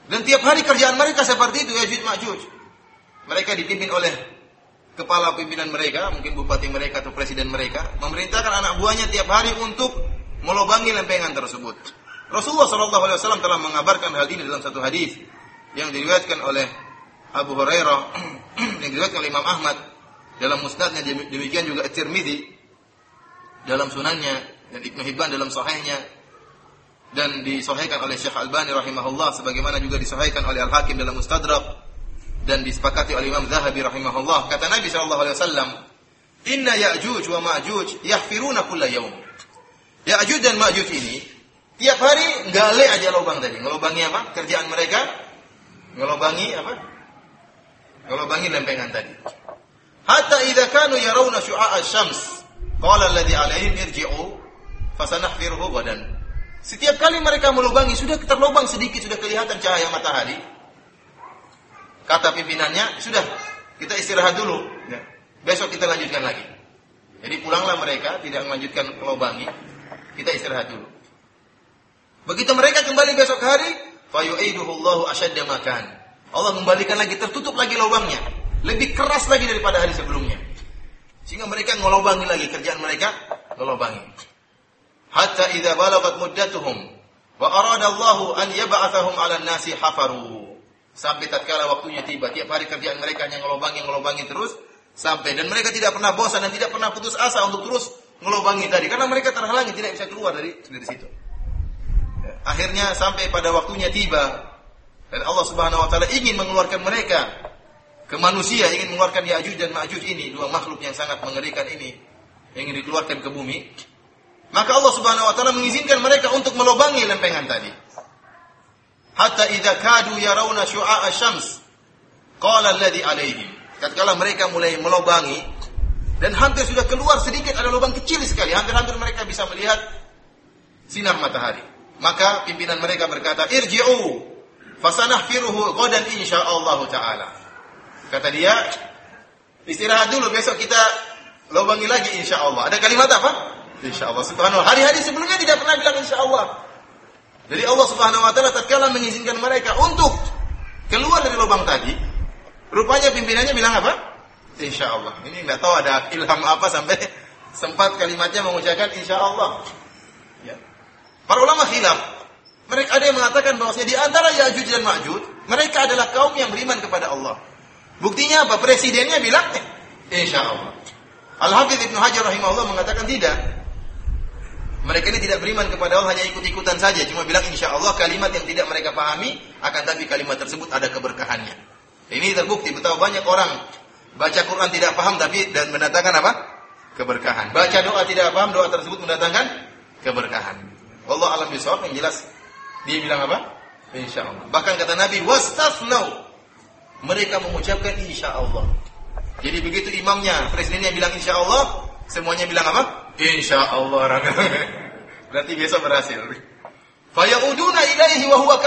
A: Dan tiap hari kerjaan mereka seperti itu, Ya'juj Ma'juj. Mereka dipimpin oleh kepala pimpinan mereka, mungkin bupati mereka atau presiden mereka, memerintahkan anak buahnya tiap hari untuk melubangi lempengan tersebut. Rasulullah shallallahu alaihi wasallam telah mengabarkan hal ini dalam satu hadis yang diriwayatkan oleh Abu Hurairah, yang diriwayatkan oleh Imam Ahmad dalam musnadnya, demikian juga At-Tirmidzi dalam sunannya, dan Ibnu Hibban dalam sahihnya, dan disahihkan oleh Syekh Albani rahimahullah, sebagaimana juga disahihkan oleh Al-Hakim dalam Mustadrak, dan disepakati oleh Imam Zahabi rahimahullah. Kata Nabi sallallahu alaihi wasallam, "Inna Ya'juj wa Ma'juj yahfiruna kulla yaum." Ya'juj dan Ma'juj ini tiap hari gale aja lubang tadi. Ngelubangi apa? Kerjaan mereka ngelubangi apa? Ngelubangi lempengan tadi. Hatta idza kanu yarawna syu'a asy-syams, qala alladhi 'alaihim irji'u fasanahfiruhu ghadan. Setiap kali mereka melubangi, sudah terlubang sedikit, sudah kelihatan cahaya matahari. Kata pimpinannya, sudah, kita istirahat dulu. Ya. Besok kita lanjutkan lagi. Jadi pulanglah mereka, tidak melanjutkan melubangi. Kita istirahat dulu. Begitu mereka kembali besok hari, fayu'iduhu Allahu ashadda makan. Allah kembalikan lagi, tertutup lagi lubangnya. Lebih keras lagi daripada hari sebelumnya. Sehingga mereka ngelubangi lagi, kerjaan mereka ngelubangi. Hatta idza balagat muddatuhum wa arada Allahu an yab'athahum 'ala an-nasi hafaru. Sampai tatkala waktunya tiba, tiap hari kerjaan mereka hanya ngelubangi, ngelubangi terus sampai, dan mereka tidak pernah bosan dan tidak pernah putus asa untuk terus ngelubangi tadi, karena mereka terhalangi, tidak bisa keluar dari dari situ. Akhirnya sampai pada waktunya tiba, dan Allah Subhanahu wa taala ingin mengeluarkan mereka ke manusia, ingin mengeluarkan Ya'juj dan Ma'juj ini, dua makhluk yang sangat mengerikan ini, yang ingin dikeluarkan ke bumi. Maka Allah Subhanahu wa taala mengizinkan mereka untuk melubangi lempengan tadi. Hatta idza kadu yarawna syu'a asy-syams qala alladhi 'alaihim. Tatkala mereka mulai melubangi dan hampir sudah keluar sedikit, ada lubang kecil sekali, hampir-hampir mereka bisa melihat sinar matahari. Maka pimpinan mereka berkata, "Irji'u fasanahfiruhu ghadan insyaallah taala." Kata dia, istirahat dulu, besok kita lubangi lagi insyaallah. Ada kalimat apa? Insyaallah. Subhanallah. Hari-hari sebelumnya tidak pernah bilang insyaallah. Jadi Allah Subhanahu wa taala tatkala mengizinkan mereka untuk keluar dari lubang tadi, rupanya pimpinannya bilang apa? Insyaallah. Ini enggak tahu ada ilham apa sampai sempat kalimatnya mengucapkan insyaallah. Ya. Para ulama khilaf. Mereka ada yang mengatakan bahwasanya di antara Ya'juj dan Ma'juj, mereka adalah kaum yang beriman kepada Allah. Buktinya apa? Presidennya bilang eh, insyaallah. Al-Hafidz Ibnu Hajar rahimahullah mengatakan tidak. Mereka ini tidak beriman kepada Allah, hanya ikut-ikutan saja, cuma bilang insyaallah, kalimat yang tidak mereka pahami, akan tapi kalimat tersebut ada keberkahannya. Ini terbukti betapa banyak orang baca Quran tidak paham tapi dan mendatangkan apa? Keberkahan. Baca doa tidak paham, doa tersebut mendatangkan keberkahan. Wallahu a'lam bishawab, yang jelas dia bilang apa? Insyaallah. Bahkan kata Nabi, wastafnau. Mereka mengucapkan insyaallah. Jadi begitu imamnya, presidennya bilang insyaallah, semuanya bilang apa? Insyaallah. Berarti besok berhasil. Faya'uduna ilaihi wa huwa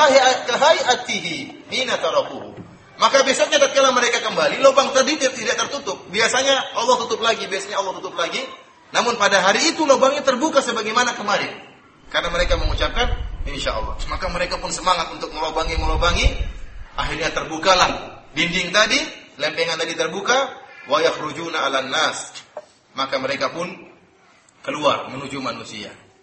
A: kahayatihi hina tarakuhu. Maka besoknya tatkala mereka kembali, lubang tadi tidak tertutup. Biasanya Allah tutup lagi, biasanya Allah tutup lagi. Namun pada hari itu lubangnya terbuka sebagaimana kemarin. Karena mereka mengucapkan insyaallah. Maka mereka pun semangat untuk melubangi-melubangi. Akhirnya terbukalah dinding tadi, lempengan tadi terbuka, wa yakhrujuna 'alan nas. Maka mereka pun keluar menuju manusia.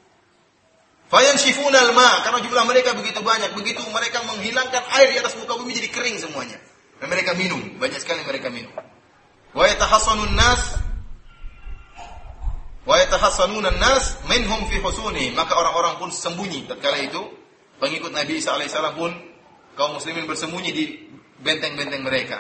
A: Fayanshifuna al-ma, karena jumlah mereka begitu banyak, begitu mereka menghilangkan air di atas muka bumi jadi kering semuanya. Dan mereka minum, banyak sekali mereka minum. Wa yatahassanun nas wa yatahassanuna an-nas minhum fi husuni, maka orang-orang pun sembunyi tatkala itu. Pengikut Nabi Isa alaihissalam pun kaum muslimin bersembunyi di benteng-benteng mereka.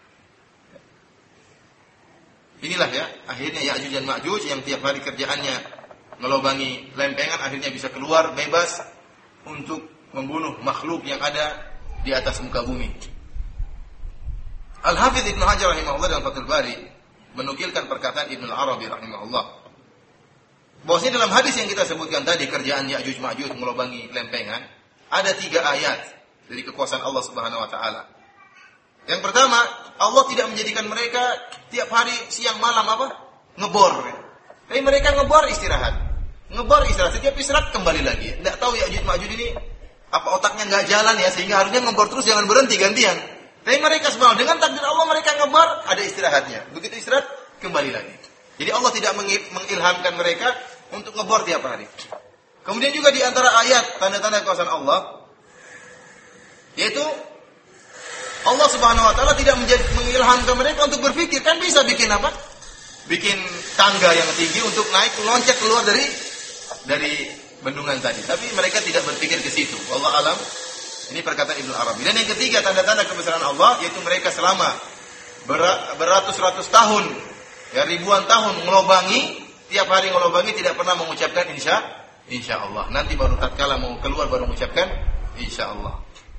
A: Inilah ya, akhirnya Ya'juj dan Ma'juj yang tiap hari kerjaannya melubangi lempengan, akhirnya bisa keluar bebas untuk membunuh makhluk yang ada di atas muka bumi. Al-Hafidz Ibnu Hajar rahimahullah dalam Fathul Bari menukilkan perkataan Ibnu Al-Arabi rahimahullah, bahwasanya dalam hadis yang kita sebutkan tadi, kerjaan Ya'juj Ma'juj melubangi lempengan, ada tiga ayat dari kekuasaan Allah Subhanahu wa taala. Yang pertama, Allah tidak menjadikan mereka tiap hari siang malam apa? Ngebor. Tapi mereka ngebor istirahat. Ngebor istirahat, setiap istirahat kembali lagi. Tidak tahu Ya'juj Ma'juj ini Apa otaknya nggak jalan ya, sehingga harusnya ngebor terus, jangan berhenti gantian. Tapi mereka subhanallah dengan takdir Allah mereka ngebar, ada istirahatnya. Begitu istirahat kembali lagi. Jadi Allah tidak mengilhamkan mereka untuk ngebor tiap hari. Kemudian juga di antara ayat tanda-tanda kekuasaan Allah, yaitu Allah Subhanahu wa taala tidak menjadi, mengilhamkan mereka untuk berpikir. Kan bisa bikin apa? Bikin tangga yang tinggi untuk naik loncat keluar dari dari bendungan tadi. Tapi mereka tidak berpikir ke situ. Wallahu alam. Ini perkataan Ibnu Arabi. Dan yang ketiga tanda-tanda kebesaran Allah, yaitu mereka selama ber- beratus-ratus tahun, ya ribuan tahun ngelobangi, tiap hari ngelobangi tidak pernah mengucapkan insya insya Allah. Nanti baru tatkala mau keluar baru mengucapkan insya Allah.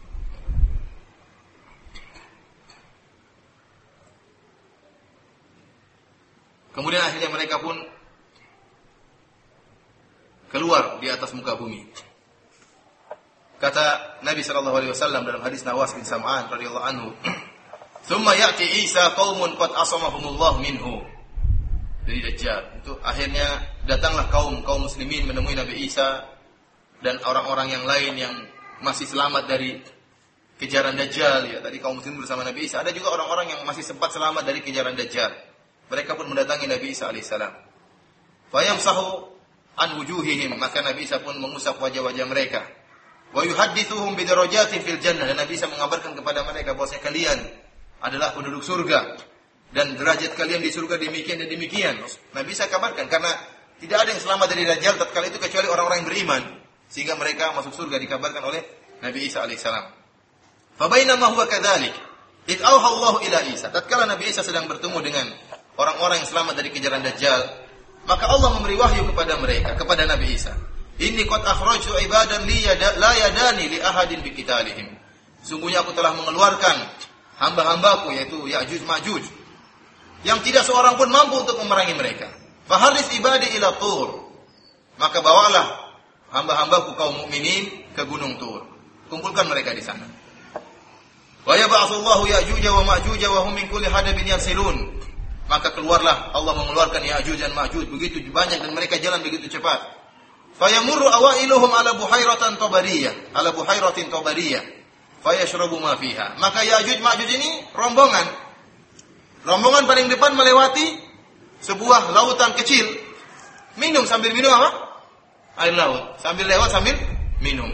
A: Kemudian akhirnya mereka pun keluar di atas muka bumi. Kata Nabi sallallahu alaihi wasallam dalam hadis Nawas bin Sam'an radhiyallahu anhu, "Tsumma ya'ti Isa qaumun qad asamahumullah minhu." Dari Dajjal. Itu akhirnya datanglah kaum kaum muslimin menemui Nabi Isa dan orang-orang yang lain yang masih selamat dari kejaran Dajjal ya. Tadi kaum muslimin bersama Nabi Isa, ada juga orang-orang yang masih sempat selamat dari kejaran Dajjal. Mereka pun mendatangi Nabi Isa alaihissalam. Fa yamsahu an wujuhihim, maka Nabi Isa pun mengusap wajah-wajah mereka. Wa yuhaddithuhum bi darajatin fil jannah, dan Nabi Isa mengabarkan kepada mereka bahwasanya kalian adalah penduduk surga dan derajat kalian di surga demikian dan demikian. Nabi Isa kabarkan karena tidak ada yang selamat dari Dajjal tatkala itu kecuali orang-orang yang beriman, sehingga mereka masuk surga dikabarkan oleh Nabi Isa alaihissalam. Fa bainama huwa kadzalik id auha Allah ila Isa, tatkala Nabi Isa sedang bertemu dengan orang-orang yang selamat dari kejaran Dajjal, maka Allah memberi wahyu kepada mereka, kepada Nabi Isa. Inni qad akhrajtu ibadan li yada, la yadani li ahadin bi qitalihim. Sungguhnya aku telah mengeluarkan hamba-hambaku yaitu Ya'juj Ma'juj yang tidak seorang pun mampu untuk memerangi mereka. Faharis ibadi ila Tur. Maka bawalah hamba-hambaku kaum mukminin ke gunung Tur. Kumpulkan mereka di sana. Wa yab'atsullahu Ya'juj wa Ma'juj wa hum min kulli hadabin yansilun. Maka keluarlah Allah mengeluarkan Ya'juj dan Ma'juj begitu banyak dan mereka jalan begitu cepat. Fayamurru awailuhum ala buhairatan tabariyah, ala buhairatin tabariyah. Fayashrabu ma fiha. Maka Ya'juj Ma'juj ini rombongan. Rombongan paling depan melewati sebuah lautan kecil. Minum sambil minum apa? Air laut. Sambil lewat sambil minum.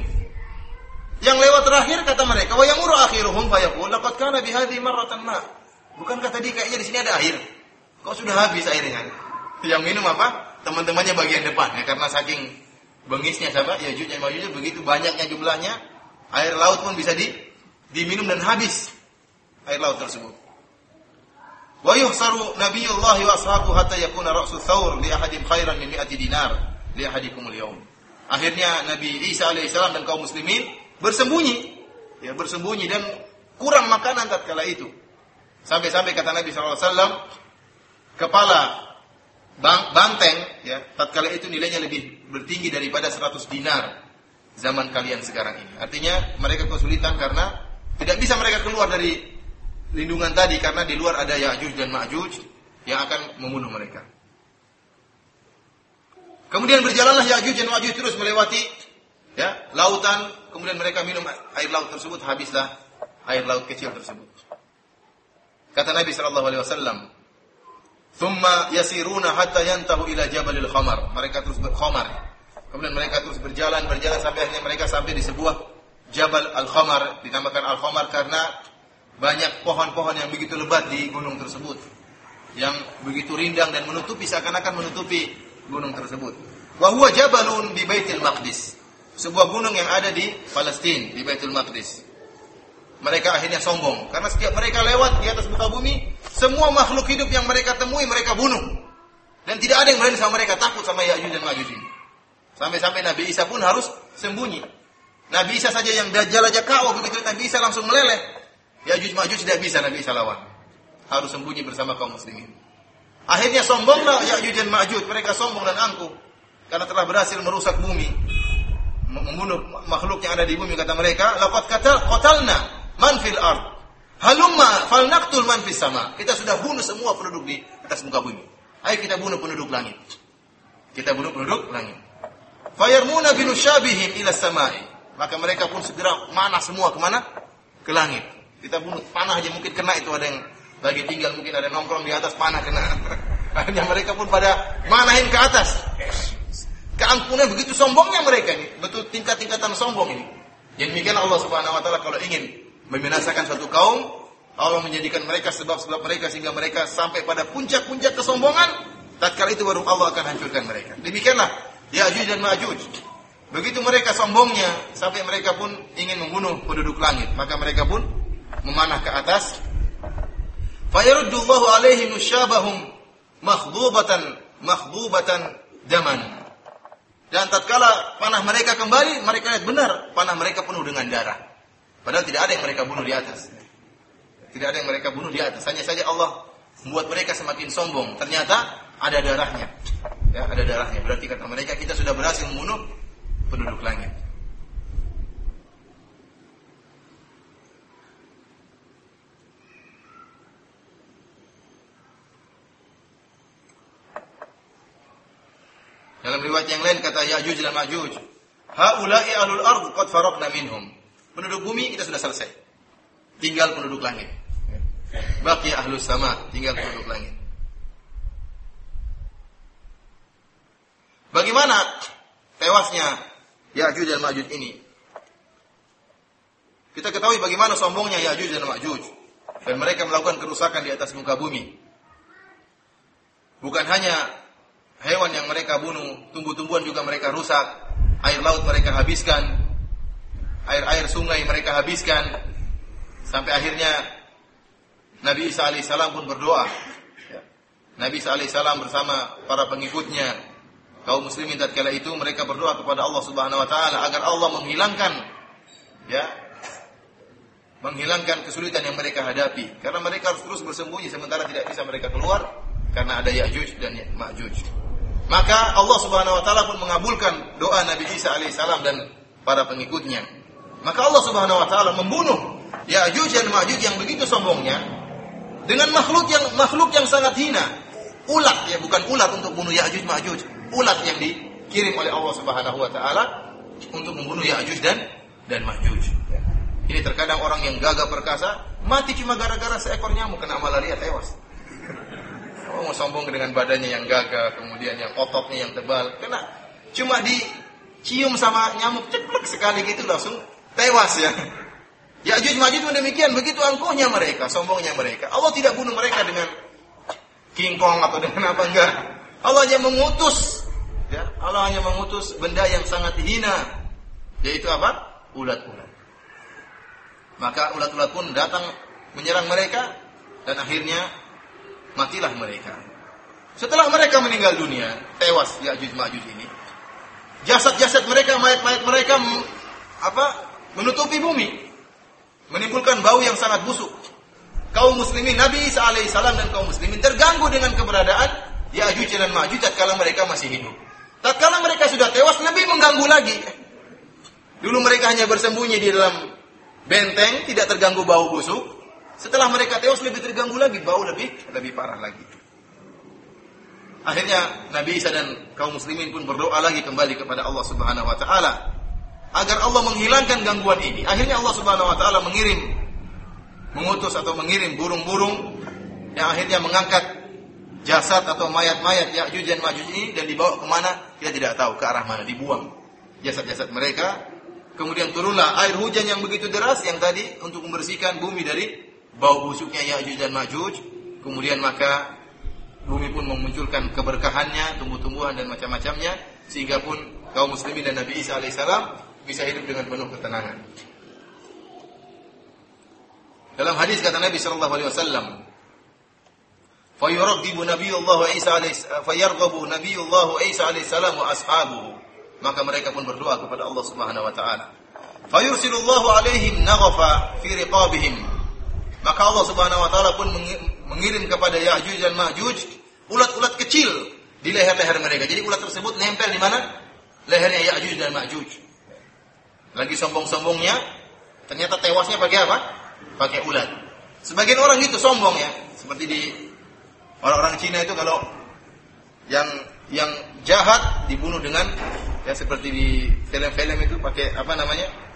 A: Yang lewat terakhir kata mereka, wa yamurru akhiruhum fayaqul laqad kana bihadhi marratan ma. Bukankah tadi kayaknya di sini ada air? Kok sudah habis airnya? Yang minum apa? Teman-temannya bagian depan ya, karena saking bengisnya siapa? Ya'juj dan Ma'juj begitu banyaknya jumlahnya, air laut pun bisa di diminum dan habis air laut tersebut. Wa yuhsaru nabiyullah wa ashabu hatta yakuna ra'su thawr li ahadin khairan min mi'ati dinar li ahadikum al-yawm. Akhirnya Nabi Isa alaihissalam dan kaum muslimin bersembunyi, ya bersembunyi dan kurang makanan tatkala itu. Sampai-sampai kata Nabi sallallahu alaihi wasallam, kepala banteng ya tatkala itu nilainya lebih bertinggi daripada seratus dinar zaman kalian sekarang ini. Artinya mereka kesulitan karena tidak bisa mereka keluar dari lindungan tadi karena di luar ada Ya'juj dan Ma'juj yang akan membunuh mereka. Kemudian berjalanlah Ya'juj dan Ma'juj terus melewati ya lautan, kemudian mereka minum air laut tersebut, habislah air laut kecil tersebut. Kata Nabi sallallahu alaihi wasallam, "Tsumma yasiruna hatta yantahu ila Jabalil Khamar." Mereka terus berkhamar. Kemudian mereka terus berjalan, berjalan sampai akhirnya mereka sampai di sebuah Jabal Al-Khamar, dinamakan Al-Khamar karena banyak pohon-pohon yang begitu lebat di gunung tersebut, yang begitu rindang dan menutupi seakan-akan menutupi gunung tersebut. Wa huwa jabalun di Baitul Maqdis. Sebuah gunung yang ada di Palestina, di Baitul Maqdis. Mereka akhirnya sombong karena setiap mereka lewat di atas muka bumi, semua makhluk hidup yang mereka temui mereka bunuh. Dan tidak ada yang berani sama mereka, takut sama Ya'juj dan Ma'juj ini. Sampai-sampai Nabi Isa pun harus sembunyi. Nabi Isa saja yang Dajjal aja K O begitu, Nabi Isa langsung meleleh. Ya'juj Ma'juj tidak bisa Nabi Isa lawan. Harus sembunyi bersama kaum muslimin. Akhirnya sombonglah Ya'juj dan Ma'juj, mereka sombong dan angkuh karena telah berhasil merusak bumi, membunuh makhluk yang ada di bumi. Kata mereka, laqad qatalna man fil ard, halumma falnaqtul man fis sama. Kita sudah bunuh semua penduduk di atas muka bumi. Ayo kita bunuh penduduk langit. Kita bunuh penduduk langit. Fayarmuna binushabihim ila samai. maka mereka pun segera manah semua kemana? Ke langit. Kita bunuh, panah aja mungkin kena itu, ada yang lagi tinggal, mungkin ada nongkrong di atas, panah kena. Akhirnya mereka pun pada manahin ke atas. Keampunan, begitu sombongnya mereka ini, betul tingkat-tingkatan sombong ini. Yang demikian Allah Subhanahu wa taala kalau ingin membinasakan suatu kaum, Allah menjadikan mereka sebab-sebab mereka sehingga mereka sampai pada puncak-puncak kesombongan. Tatkala itu baru Allah akan hancurkan mereka. Demikianlah Ya'juj dan Ma'juj. Begitu mereka sombongnya sampai mereka pun ingin membunuh penduduk langit, maka mereka pun memanah ke atas. Fayaruddullahu alaihim nusyabahum makhdubatan makhdubatan daman. Dan tatkala panah mereka kembali, mereka lihat benar panah mereka penuh dengan darah. Padahal tidak ada yang mereka bunuh di atas. Tidak ada yang mereka bunuh di atas. Hanya saja Allah membuat mereka semakin sombong. Ternyata ada darahnya. Ya, ada darahnya. Berarti kata mereka, kita sudah berhasil membunuh penduduk langit. Dalam riwayat yang lain kata Ya'juj dan Ma'juj, haula'i ahlul ardh qad faraqna minhum. Penduduk bumi kita sudah selesai. Tinggal penduduk langit. Baqi ahlus sama, tinggal penduduk langit. Bagaimana tewasnya Ya'juj dan Ma'juj ini? Kita ketahui bagaimana sombongnya Ya'juj dan Ma'juj. Dan mereka melakukan kerusakan di atas muka bumi. Bukan hanya hewan yang mereka bunuh, tumbuh-tumbuhan juga mereka rusak, air laut mereka habiskan, air-air sungai mereka habiskan, sampai akhirnya Nabi Isa alaihissalam pun berdoa. Nabi Isa alaihissalam bersama para pengikutnya, kaum muslimin tatkala itu mereka berdoa kepada Allah Subhanahu wa taala agar Allah menghilangkan ya menghilangkan kesulitan yang mereka hadapi, karena mereka harus terus bersembunyi sementara tidak bisa mereka keluar karena ada Ya'juj dan Ma'juj. Maka Allah Subhanahu wa taala pun mengabulkan doa Nabi Isa alaihissalam dan para pengikutnya. Maka Allah Subhanahu wa taala membunuh Ya'juj dan Ma'juj yang begitu sombongnya dengan makhluk yang makhluk yang sangat hina. Ulat, ya, bukan ular untuk bunuh Ya'juj Ma'juj. Ulat yang dikirim oleh Allah Subhanahu wa taala untuk membunuh Ya'juj dan dan Ma'juj. Ini terkadang orang yang gagah perkasa mati cuma gara-gara seekor nyamuk kena malaria tewas. Oh, sombong dengan badannya yang gagah, kemudian yang ototnya yang tebal, kena cuma dicium sama nyamuk ceplek sekali gitu langsung tewas ya. Ya'juj Ma'juj pun demikian, begitu angkuhnya mereka, sombongnya mereka. Allah tidak bunuh mereka dengan King Kong atau dengan apa enggak. Allah hanya mengutus ya, Allah hanya mengutus benda yang sangat hina, yaitu apa? Ulat-ulat. Maka ulat-ulat pun datang menyerang mereka dan akhirnya matilah mereka. Setelah mereka meninggal dunia, tewas Ya'juj Ma'juj ini, jasad-jasad mereka, mayat-mayat mereka apa? Menutupi bumi, menimbulkan bau yang sangat busuk. Kaum muslimin, Nabi Isa alaihissalam dan kaum muslimin terganggu dengan keberadaan Ya'juj dan Ma'juj tatkala mereka masih hidup. Tatkala mereka sudah tewas, lebih mengganggu lagi. Dulu mereka hanya bersembunyi di dalam benteng, tidak terganggu bau busuk. Setelah mereka tewas lebih terganggu lagi, bau lebih lebih parah lagi. Akhirnya Nabi Isa dan kaum muslimin pun berdoa lagi kembali kepada Allah Subhanahu wa taala agar Allah menghilangkan gangguan ini. Akhirnya Allah Subhanahu wa taala mengirim mengutus atau mengirim burung-burung yang akhirnya mengangkat jasad atau mayat-mayat Ya'juj dan Ma'juj ini dan dibawa kemana kita tidak tahu, ke arah mana dibuang jasad-jasad mereka. Kemudian turunlah air hujan yang begitu deras yang tadi untuk membersihkan bumi dari bau busuknya Ya'juj dan Ma'juj. Kemudian maka bumi pun memunculkan keberkahannya, tumbuh-tumbuhan dan macam-macamnya, sehingga pun kaum muslimin dan Nabi Isa alaihissalam bisa hidup dengan penuh ketenangan. Dalam hadis kata Nabi sallallahu alaihi wasallam, "Fa yurghibu Nabiyullah Isa alaihi fa yarghabu Nabiyullah Isa alaihi salam wa ashabuhu." Maka mereka pun berdoa kepada Allah Subhanahu wa taala. Fa yursilullahu alaihim naghafa fi riqabihim. Maka Allah Subhanahu wa taala pun mengirim kepada Ya'juj dan Ma'juj ulat-ulat kecil di leher-leher mereka. Jadi ulat tersebut nempel di mana? Lehernya Ya'juj dan Ma'juj. Lagi sombong-sombongnya, ternyata tewasnya pakai apa? Pakai ulat. Sebagian orang gitu sombong ya, seperti di orang-orang Cina itu kalau yang yang jahat dibunuh dengan ya seperti di film-film itu pakai apa namanya?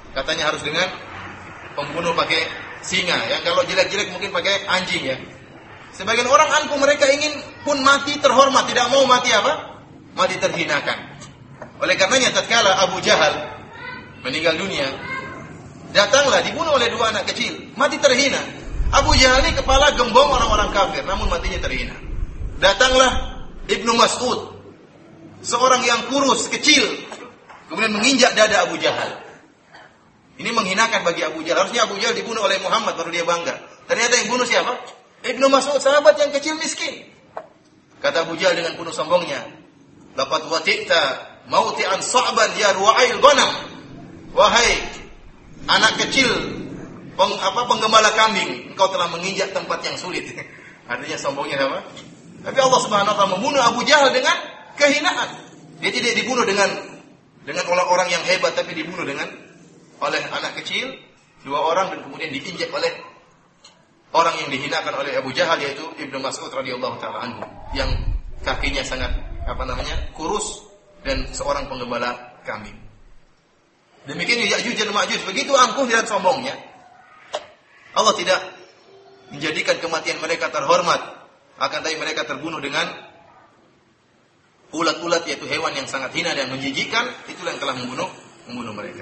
A: Katanya harus dengan pembunuh pakai singa. Yang kalau jelek-jelek mungkin pakai anjing ya. Sebagian orang angkuh mereka ingin pun mati terhormat, tidak mau mati apa? Mati terhinakan. Oleh karenanya tatkala Abu Jahal meninggal dunia, datanglah dibunuh oleh dua anak kecil, mati terhina. Abu Jahal ini kepala gembong orang-orang kafir, namun matinya terhina. Datanglah Ibnu Mas'ud, seorang yang kurus, kecil, kemudian menginjak dada Abu Jahal. Ini menghinakan bagi Abu Jahal. Harusnya Abu Jahal dibunuh oleh Muhammad baru dia bangga. Ternyata yang bunuh siapa? Ibnu Mas'ud, sahabat yang kecil miskin. Kata Abu Jahal dengan penuh sombongnya, "Laqad wati'ta mauti'an sa'ban ya ru'ail ghanam." Wahai anak kecil, peng, apa penggembala kambing, engkau telah menginjak tempat yang sulit. Artinya sombongnya apa? Tapi Allah Subhanahu wa taala membunuh Abu Jahal dengan kehinaan. Dia tidak dibunuh dengan dengan orang-orang yang hebat, tapi dibunuh dengan oleh anak kecil, dua orang, dan kemudian diinjak oleh orang yang dihinakan oleh Abu Jahal, yaitu Ibnu Mas'ud radhiyallahu taala anhu, yang kakinya sangat apa namanya? kurus dan seorang penggembala kambing. Demikian Ya'juj dan Ma'juj, begitu angkuh dan sombongnya. Allah tidak menjadikan kematian mereka terhormat, akan tapi mereka terbunuh dengan ulat-ulat, yaitu hewan yang sangat hina dan menjijikkan. Itulah yang telah membunuh membunuh mereka.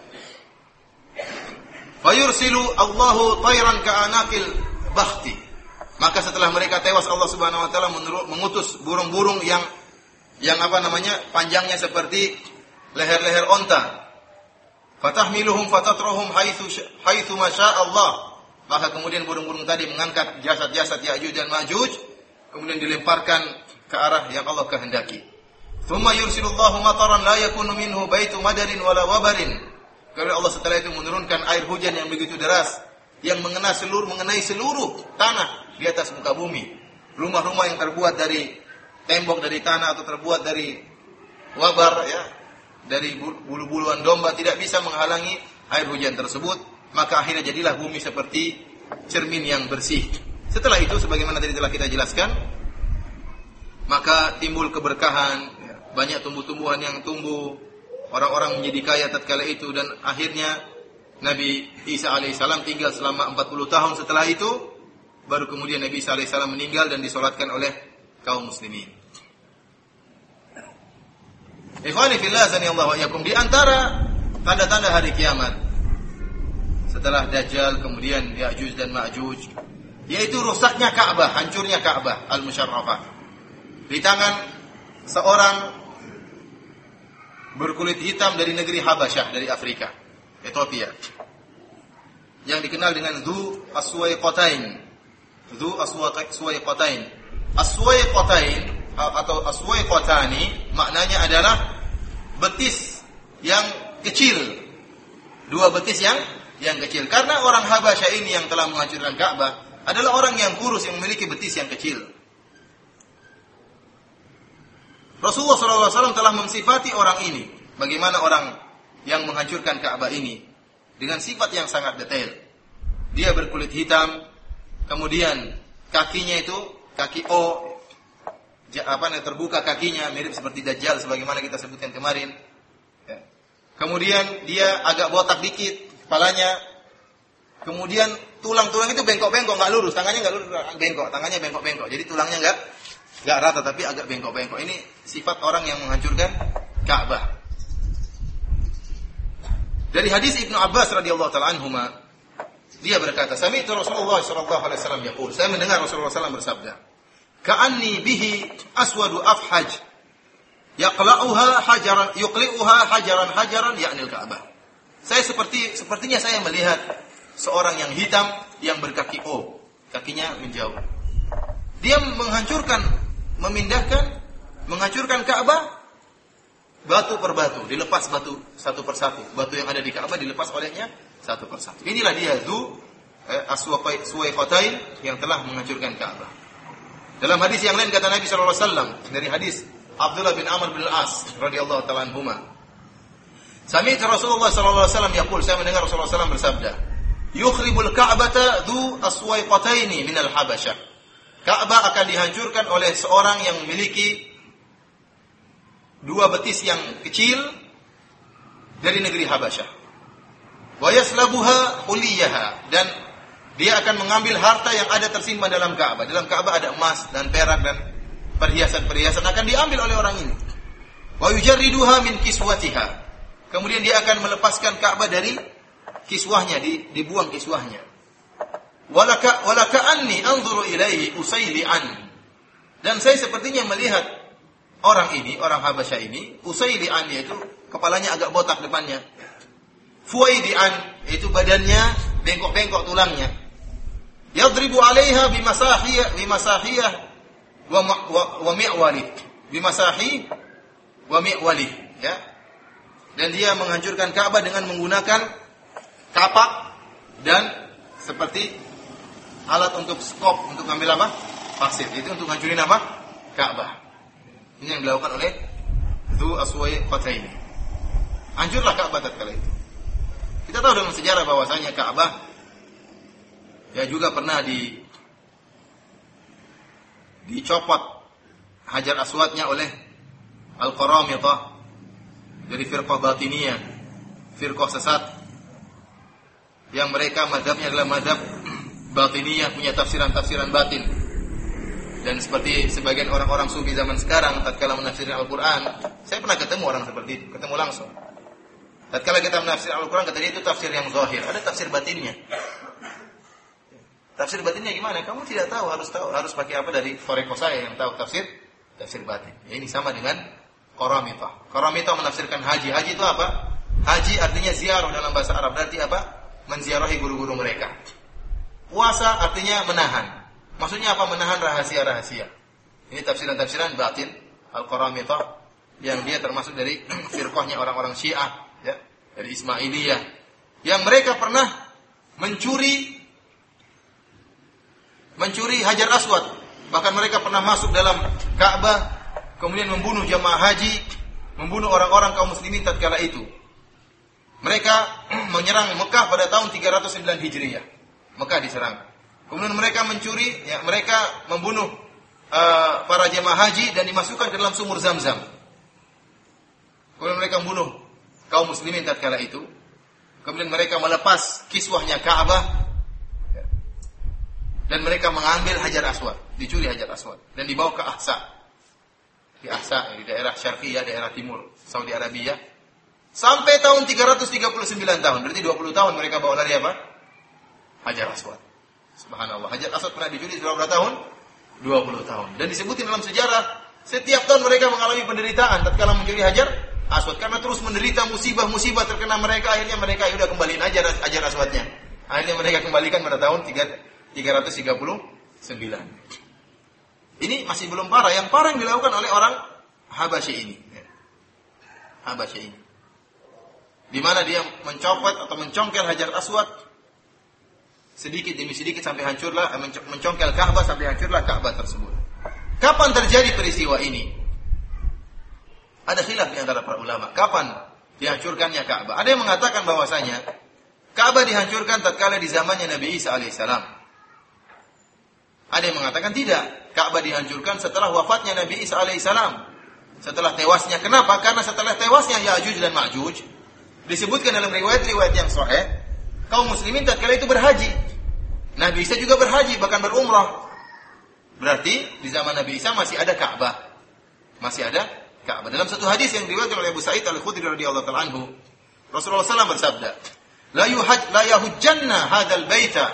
A: Fayursilu Allahu tayran ka'anaqil bakhti. Maka setelah mereka tewas, Allah Subhanahu wa taala mengutus burung-burung yang yang apa namanya? panjangnya seperti leher-leher onta. Fatahmiluhum fatatruhum haitsu haitsu masya Allah. Maka kemudian burung-burung tadi mengangkat jasad-jasad Ya'juj dan Ma'juj, kemudian dilemparkan ke arah yang Allah kehendaki. Tsumma yursilullahu mataran la yakunu minhu baitu madarin wala wabarin. Karena Allah setelah itu menurunkan air hujan yang begitu deras, yang mengenai seluruh mengenai seluruh tanah di atas muka bumi. Rumah-rumah yang terbuat dari tembok dari tanah atau terbuat dari wabar, ya, dari bulu-buluan domba, tidak bisa menghalangi air hujan tersebut. Maka akhirnya jadilah bumi seperti cermin yang bersih. Setelah itu, sebagaimana tadi telah kita jelaskan, maka timbul keberkahan, ya, banyak tumbuh-tumbuhan yang tumbuh. Orang-orang menjadi kaya tatkala itu, dan akhirnya Nabi Isa alaihissalam tinggal selama empat puluh tahun. Setelah itu baru kemudian Nabi Isa alaihissalam meninggal dan disolatkan oleh kaum muslimin. Ikhwani fillah azanillahu wa iyyakum, di antara tanda-tanda hari kiamat setelah Dajjal, kemudian Ya'juj dan Ma'juj, yaitu rusaknya Ka'bah, hancurnya Ka'bah al-Musyarrafah di tangan seorang berkulit hitam dari negeri Habasyah, dari Afrika, Ethiopia, yang dikenal dengan Dzu Aswaiqatain. Dzu Aswaiqatain. Aswaiqatain atau Aswaiqatani maknanya adalah betis yang kecil. Dua betis yang yang kecil. Karena orang Habasyah ini yang telah menghancurkan Ka'bah adalah orang yang kurus yang memiliki betis yang kecil. Rasulullah shallallahu alaihi wasallam telah mensifati orang ini, bagaimana orang yang menghancurkan Ka'bah ini, dengan sifat yang sangat detail. Dia berkulit hitam, kemudian kakinya itu kaki O, apa yang terbuka kakinya, mirip seperti Dajjal sebagaimana kita sebutkan kemarin. Kemudian dia agak botak dikit kepalanya, kemudian tulang-tulang itu bengkok-bengkok, nggak lurus, tangannya nggak lurus, bengkok, tangannya bengkok-bengkok, jadi tulangnya nggak Gak rata, tapi agak bengkok-bengkok. Ini sifat orang yang menghancurkan Ka'bah. Dari hadis Ibnu Abbas radhiyallahu taala anhuma, dia berkata, "Sami'tu Rasulullah sallallahu alaihi wasallam yaqul." Saya mendengar Rasulullah sallallahu alaihi wasallam bersabda, "Ka'anni bihi aswadu afhaj, yaqla'uha hajaran, yuqli'uha hajaran hajaran ya'nil Ka'bah." Saya seperti sepertinya saya melihat seorang yang hitam yang berkaki O, kakinya menjauh. Dia menghancurkan memindahkan, menghancurkan Ka'bah batu per batu, dilepas batu satu persatu. Batu yang ada di Ka'bah dilepas olehnya satu persatu. Inilah dia Dzu eh, Aswaiqatain yang telah menghancurkan Ka'bah. Dalam hadis yang lain kata Nabi sallallahu alaihi wasallam, dari hadis Abdullah bin Amr bin Al-As radhiyallahu ta'ala anhuma, Sami'tu Rasulullah sallallahu alaihi wasallam yaqul, saya mendengar Rasulullah sallallahu alaihi wasallam bersabda, "Yukhribul Ka'bata Dzu Aswaiqataini minal Habasyah." Ka'bah akan dihancurkan oleh seorang yang memiliki dua betis yang kecil dari negeri Habasyah. wa yaslabuha huliyaha, dan dia akan mengambil harta yang ada tersimpan dalam Ka'bah. Dalam Ka'bah ada emas dan perak dan perhiasan-perhiasan akan diambil oleh orang ini. Wa yujarriduha min kiswatiha. Kemudian dia akan melepaskan Ka'bah dari kiswahnya, dibuang kiswahnya. Walaka walaka anni anzuru ilaihi usayli'an. Dan saya sepertinya melihat orang ini, orang Habasyah ini, usayli'an, yaitu kepalanya agak botak depannya. Fuwaidi'an, yaitu badannya bengkok-bengkok tulangnya. Yadribu 'alaiha bimasahiyah bimasahiyah wa wa mi'wali. Bimasahi wa mi'wali, ya. Dan dia menghancurkan Ka'bah dengan menggunakan kapak dan seperti alat untuk skop, untuk ambil apa? Pasir. Itu untuk hancurin apa? Ka'bah. Ini yang dilakukan oleh Dzu Aswayqataini. Hancurlah Ka'bah tatkala itu. Kita tahu dalam sejarah bahwasanya Ka'bah ya juga pernah di dicopot Hajar Aswadnya oleh Al-Qaramitah dari firqah batiniyah, firqah sesat yang mereka mazhabnya adalah mazhab batiniyah, punya tafsiran-tafsiran batin. Dan seperti sebagian orang-orang sufi zaman sekarang tatkala menafsirkan Al-Qur'an, saya pernah ketemu orang seperti itu, ketemu langsung. Tatkala kita menafsir Al-Qur'an, kata dia itu tafsir yang zahir, ada tafsir batinnya. Tafsir batinnya gimana? Kamu tidak tahu, harus tahu, harus pakai apa dari Toreko saya yang tahu tafsir tafsir batin. Ya, ini sama dengan Qaramitah. Qaramitah menafsirkan haji. Haji itu apa? Haji artinya ziarah dalam bahasa Arab, berarti apa? Menziarahi guru-guru mereka. Puasa artinya menahan. Maksudnya apa? Menahan rahasia-rahasia. Ini tafsiran-tafsiran batin Al-Qaramitah yang dia termasuk dari firqahnya orang-orang Syiah, ya, dari Ismailiyah, yang mereka pernah mencuri mencuri Hajar Aswad. Bahkan mereka pernah masuk dalam Ka'bah, kemudian membunuh jamaah haji, membunuh orang-orang kaum muslimin tatkala itu. Mereka menyerang Mekah pada tahun tiga ratus sembilan Hijriah. Mekah diserang. Kemudian mereka mencuri, ya, mereka membunuh uh, para jamaah haji dan dimasukkan ke dalam sumur Zam-Zam. Kemudian mereka membunuh kaum muslimin tatkala itu. Kemudian mereka melepas kiswahnya Ka'bah. Dan mereka mengambil Hajar Aswad, dicuri Hajar Aswad dan dibawa ke Ahsa. Di Ahsa, di daerah Syarqiyah, daerah timur Saudi Arabia. Sampai tahun tiga ratus tiga puluh sembilan tahun, berarti dua puluh tahun mereka bawa lari apa? Hajar Aswad. Subhanallah, Hajar Aswad pernah dicuri berapa tahun? dua puluh tahun. Dan disebutin dalam sejarah, setiap tahun mereka mengalami penderitaan tatkala mencuri Hajar Aswad karena terus menderita musibah-musibah terkena mereka, akhirnya mereka ya udah kembaliin aja Hajar Aswadnya. Akhirnya mereka kembalikan pada tahun tiga ratus tiga puluh sembilan. Ini masih belum parah. Yang parah yang dilakukan oleh orang Habasyah ini. Habasyah ini. Di mana dia mencopot atau mencongkel Hajar Aswad sedikit demi sedikit sampai hancurlah, mencongkel Ka'bah sampai hancurlah Ka'bah tersebut. Kapan terjadi peristiwa ini? Ada khilaf di antara para ulama. Kapan dihancurkannya Ka'bah? Ada yang mengatakan bahwasanya Ka'bah dihancurkan tatkala di zamannya Nabi Isa alaihissalam. Ada yang mengatakan tidak. Ka'bah dihancurkan setelah wafatnya Nabi Isa alaihissalam. Setelah tewasnya. Kenapa? Karena setelah tewasnya Ya'juj dan Ma'juj, disebutkan dalam riwayat-riwayat yang sahih, kaum muslimin tatkala itu berhaji. Nabi Isa juga berhaji, bahkan berumrah. Berarti di zaman Nabi Isa masih ada Ka'bah. Masih ada Ka'bah. Dalam satu hadis yang diriwayatkan oleh Abu Sa'id Al-Khudri radhiyallahu ta'ala anhu, Rasulullah shallallahu alaihi wasallam bersabda, La yuhaj la yahujjanna hadzal baita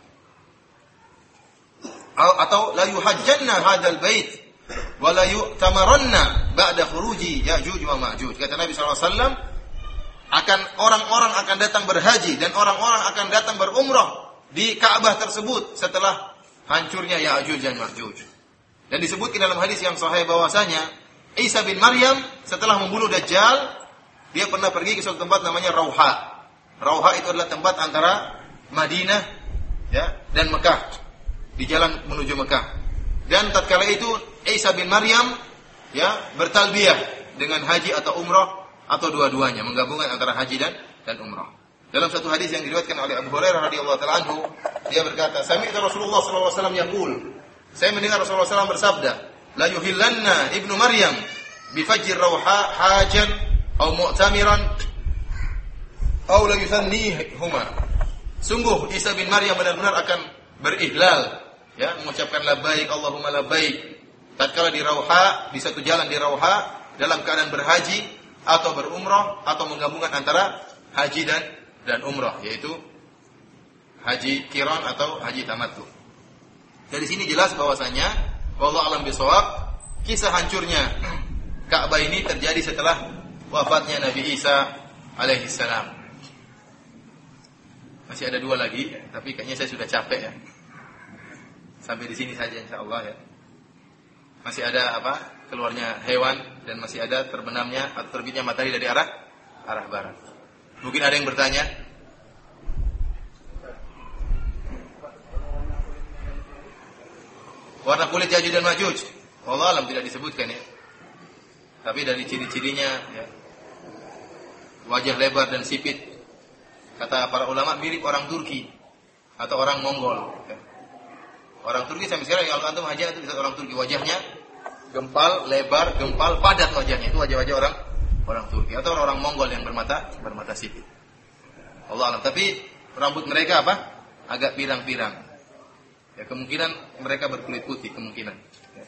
A: atau la yuhajjanna hadzal bait wa la yu'tamaranna ba'da khuruji Ya'juj wa Ma'juj. Kata Nabi sallallahu alaihi wasallam, akan orang-orang akan datang berhaji dan orang-orang akan datang berumrah di Ka'bah tersebut setelah hancurnya Ya'juj dan Ma'juj. Dan disebutkan dalam hadis yang sahih bahwasanya Isa bin Maryam setelah membunuh Dajjal, dia pernah pergi ke suatu tempat namanya Rauha. Rauha itu adalah tempat antara Madinah, ya, dan Mekah, di jalan menuju Mekah. Dan tatkala itu Isa bin Maryam, ya, bertalbiyah dengan haji atau umrah atau dua-duanya, menggabungkan antara haji dan dan umrah. Dalam satu hadis yang diriwayatkan oleh Abu Hurairah radhiyallahu ta'ala anhu, dia berkata, "Sami'tu Rasulullah sallallahu alaihi wasallam yaqul." Saya mendengar Rasulullah sallallahu alaihi wasallam bersabda, "La yuhillanna ibnu Maryam bi fajr Rauha hajan aw mu'tamiran Aw la yusannihuma. Sungguh Isa bin Maryam benar-benar akan berihlal, ya, mengucapkan labbaik Allahumma labbaik tatkala di Rauha, di satu jalan di Rauha dalam keadaan berhaji atau berumrah atau menggabungkan antara haji dan dan umrah, yaitu haji qiran atau haji tamattu. Dari sini jelas bahwasanya wallahu alam bisawab, kisah hancurnya Ka'bah ini terjadi setelah wafatnya Nabi Isa alaihi salam. Masih ada dua lagi, tapi kayaknya saya sudah capek ya. Sampai di sini saja insyaallah ya. Masih ada apa? Keluarnya hewan dan masih ada terbenamnya atau terbitnya matahari dari arah arah barat. Mungkin ada yang bertanya? Warna kulit Ya'juj dan Ma'juj, wallahu alam tidak disebutkan ya. Tapi dari ciri-cirinya ya, wajah lebar dan sipit. Kata para ulama mirip orang Turki atau orang Mongol. Ya. Orang Turki sampai sekarang kalau antum haji itu bisa orang Turki, wajahnya gempal, lebar, gempal, padat wajahnya. Itu wajah-wajah orang orang Turki atau orang Mongol yang bermata bermata sipit. Allah alam. Tapi rambut mereka apa? Agak pirang-pirang. Ya, kemungkinan mereka berkulit putih, kemungkinan. Ya.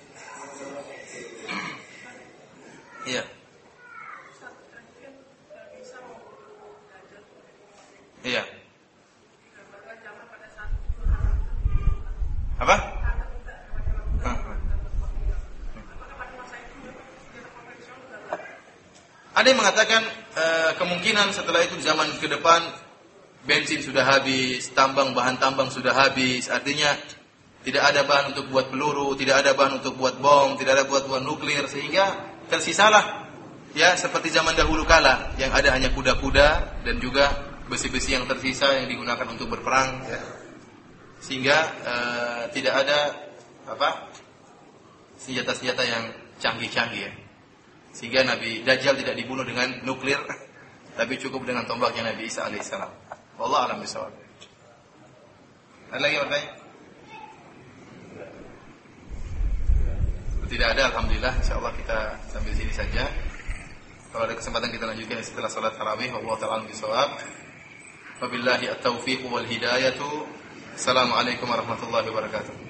A: Iya. Iya. Apa? Ada yang mengatakan e, kemungkinan setelah itu zaman ke depan bensin sudah habis, tambang bahan tambang sudah habis, artinya tidak ada bahan untuk buat peluru, tidak ada bahan untuk buat bom, tidak ada buat buat nuklir, sehingga tersisalah ya seperti zaman dahulu kala yang ada hanya kuda-kuda dan juga besi-besi yang tersisa yang digunakan untuk berperang ya. Sehingga uh, tidak ada apa senjata-senjata yang canggih-canggih ya. Sehingga Nabi Dajjal tidak dibunuh dengan nuklir tapi cukup dengan tombaknya Nabi Isa alaihissalam. Wallahu a'lam bishawab. Ada lagi pertanyaan? Tidak ada, alhamdulillah. Insyaallah kita sampai sini saja. Kalau ada kesempatan kita lanjutkan setelah salat tarawih. Wallahu ta'ala bishawab. Wabillahi at-taufiq wal hidayatu. Assalamualaikum warahmatullahi wabarakatuh.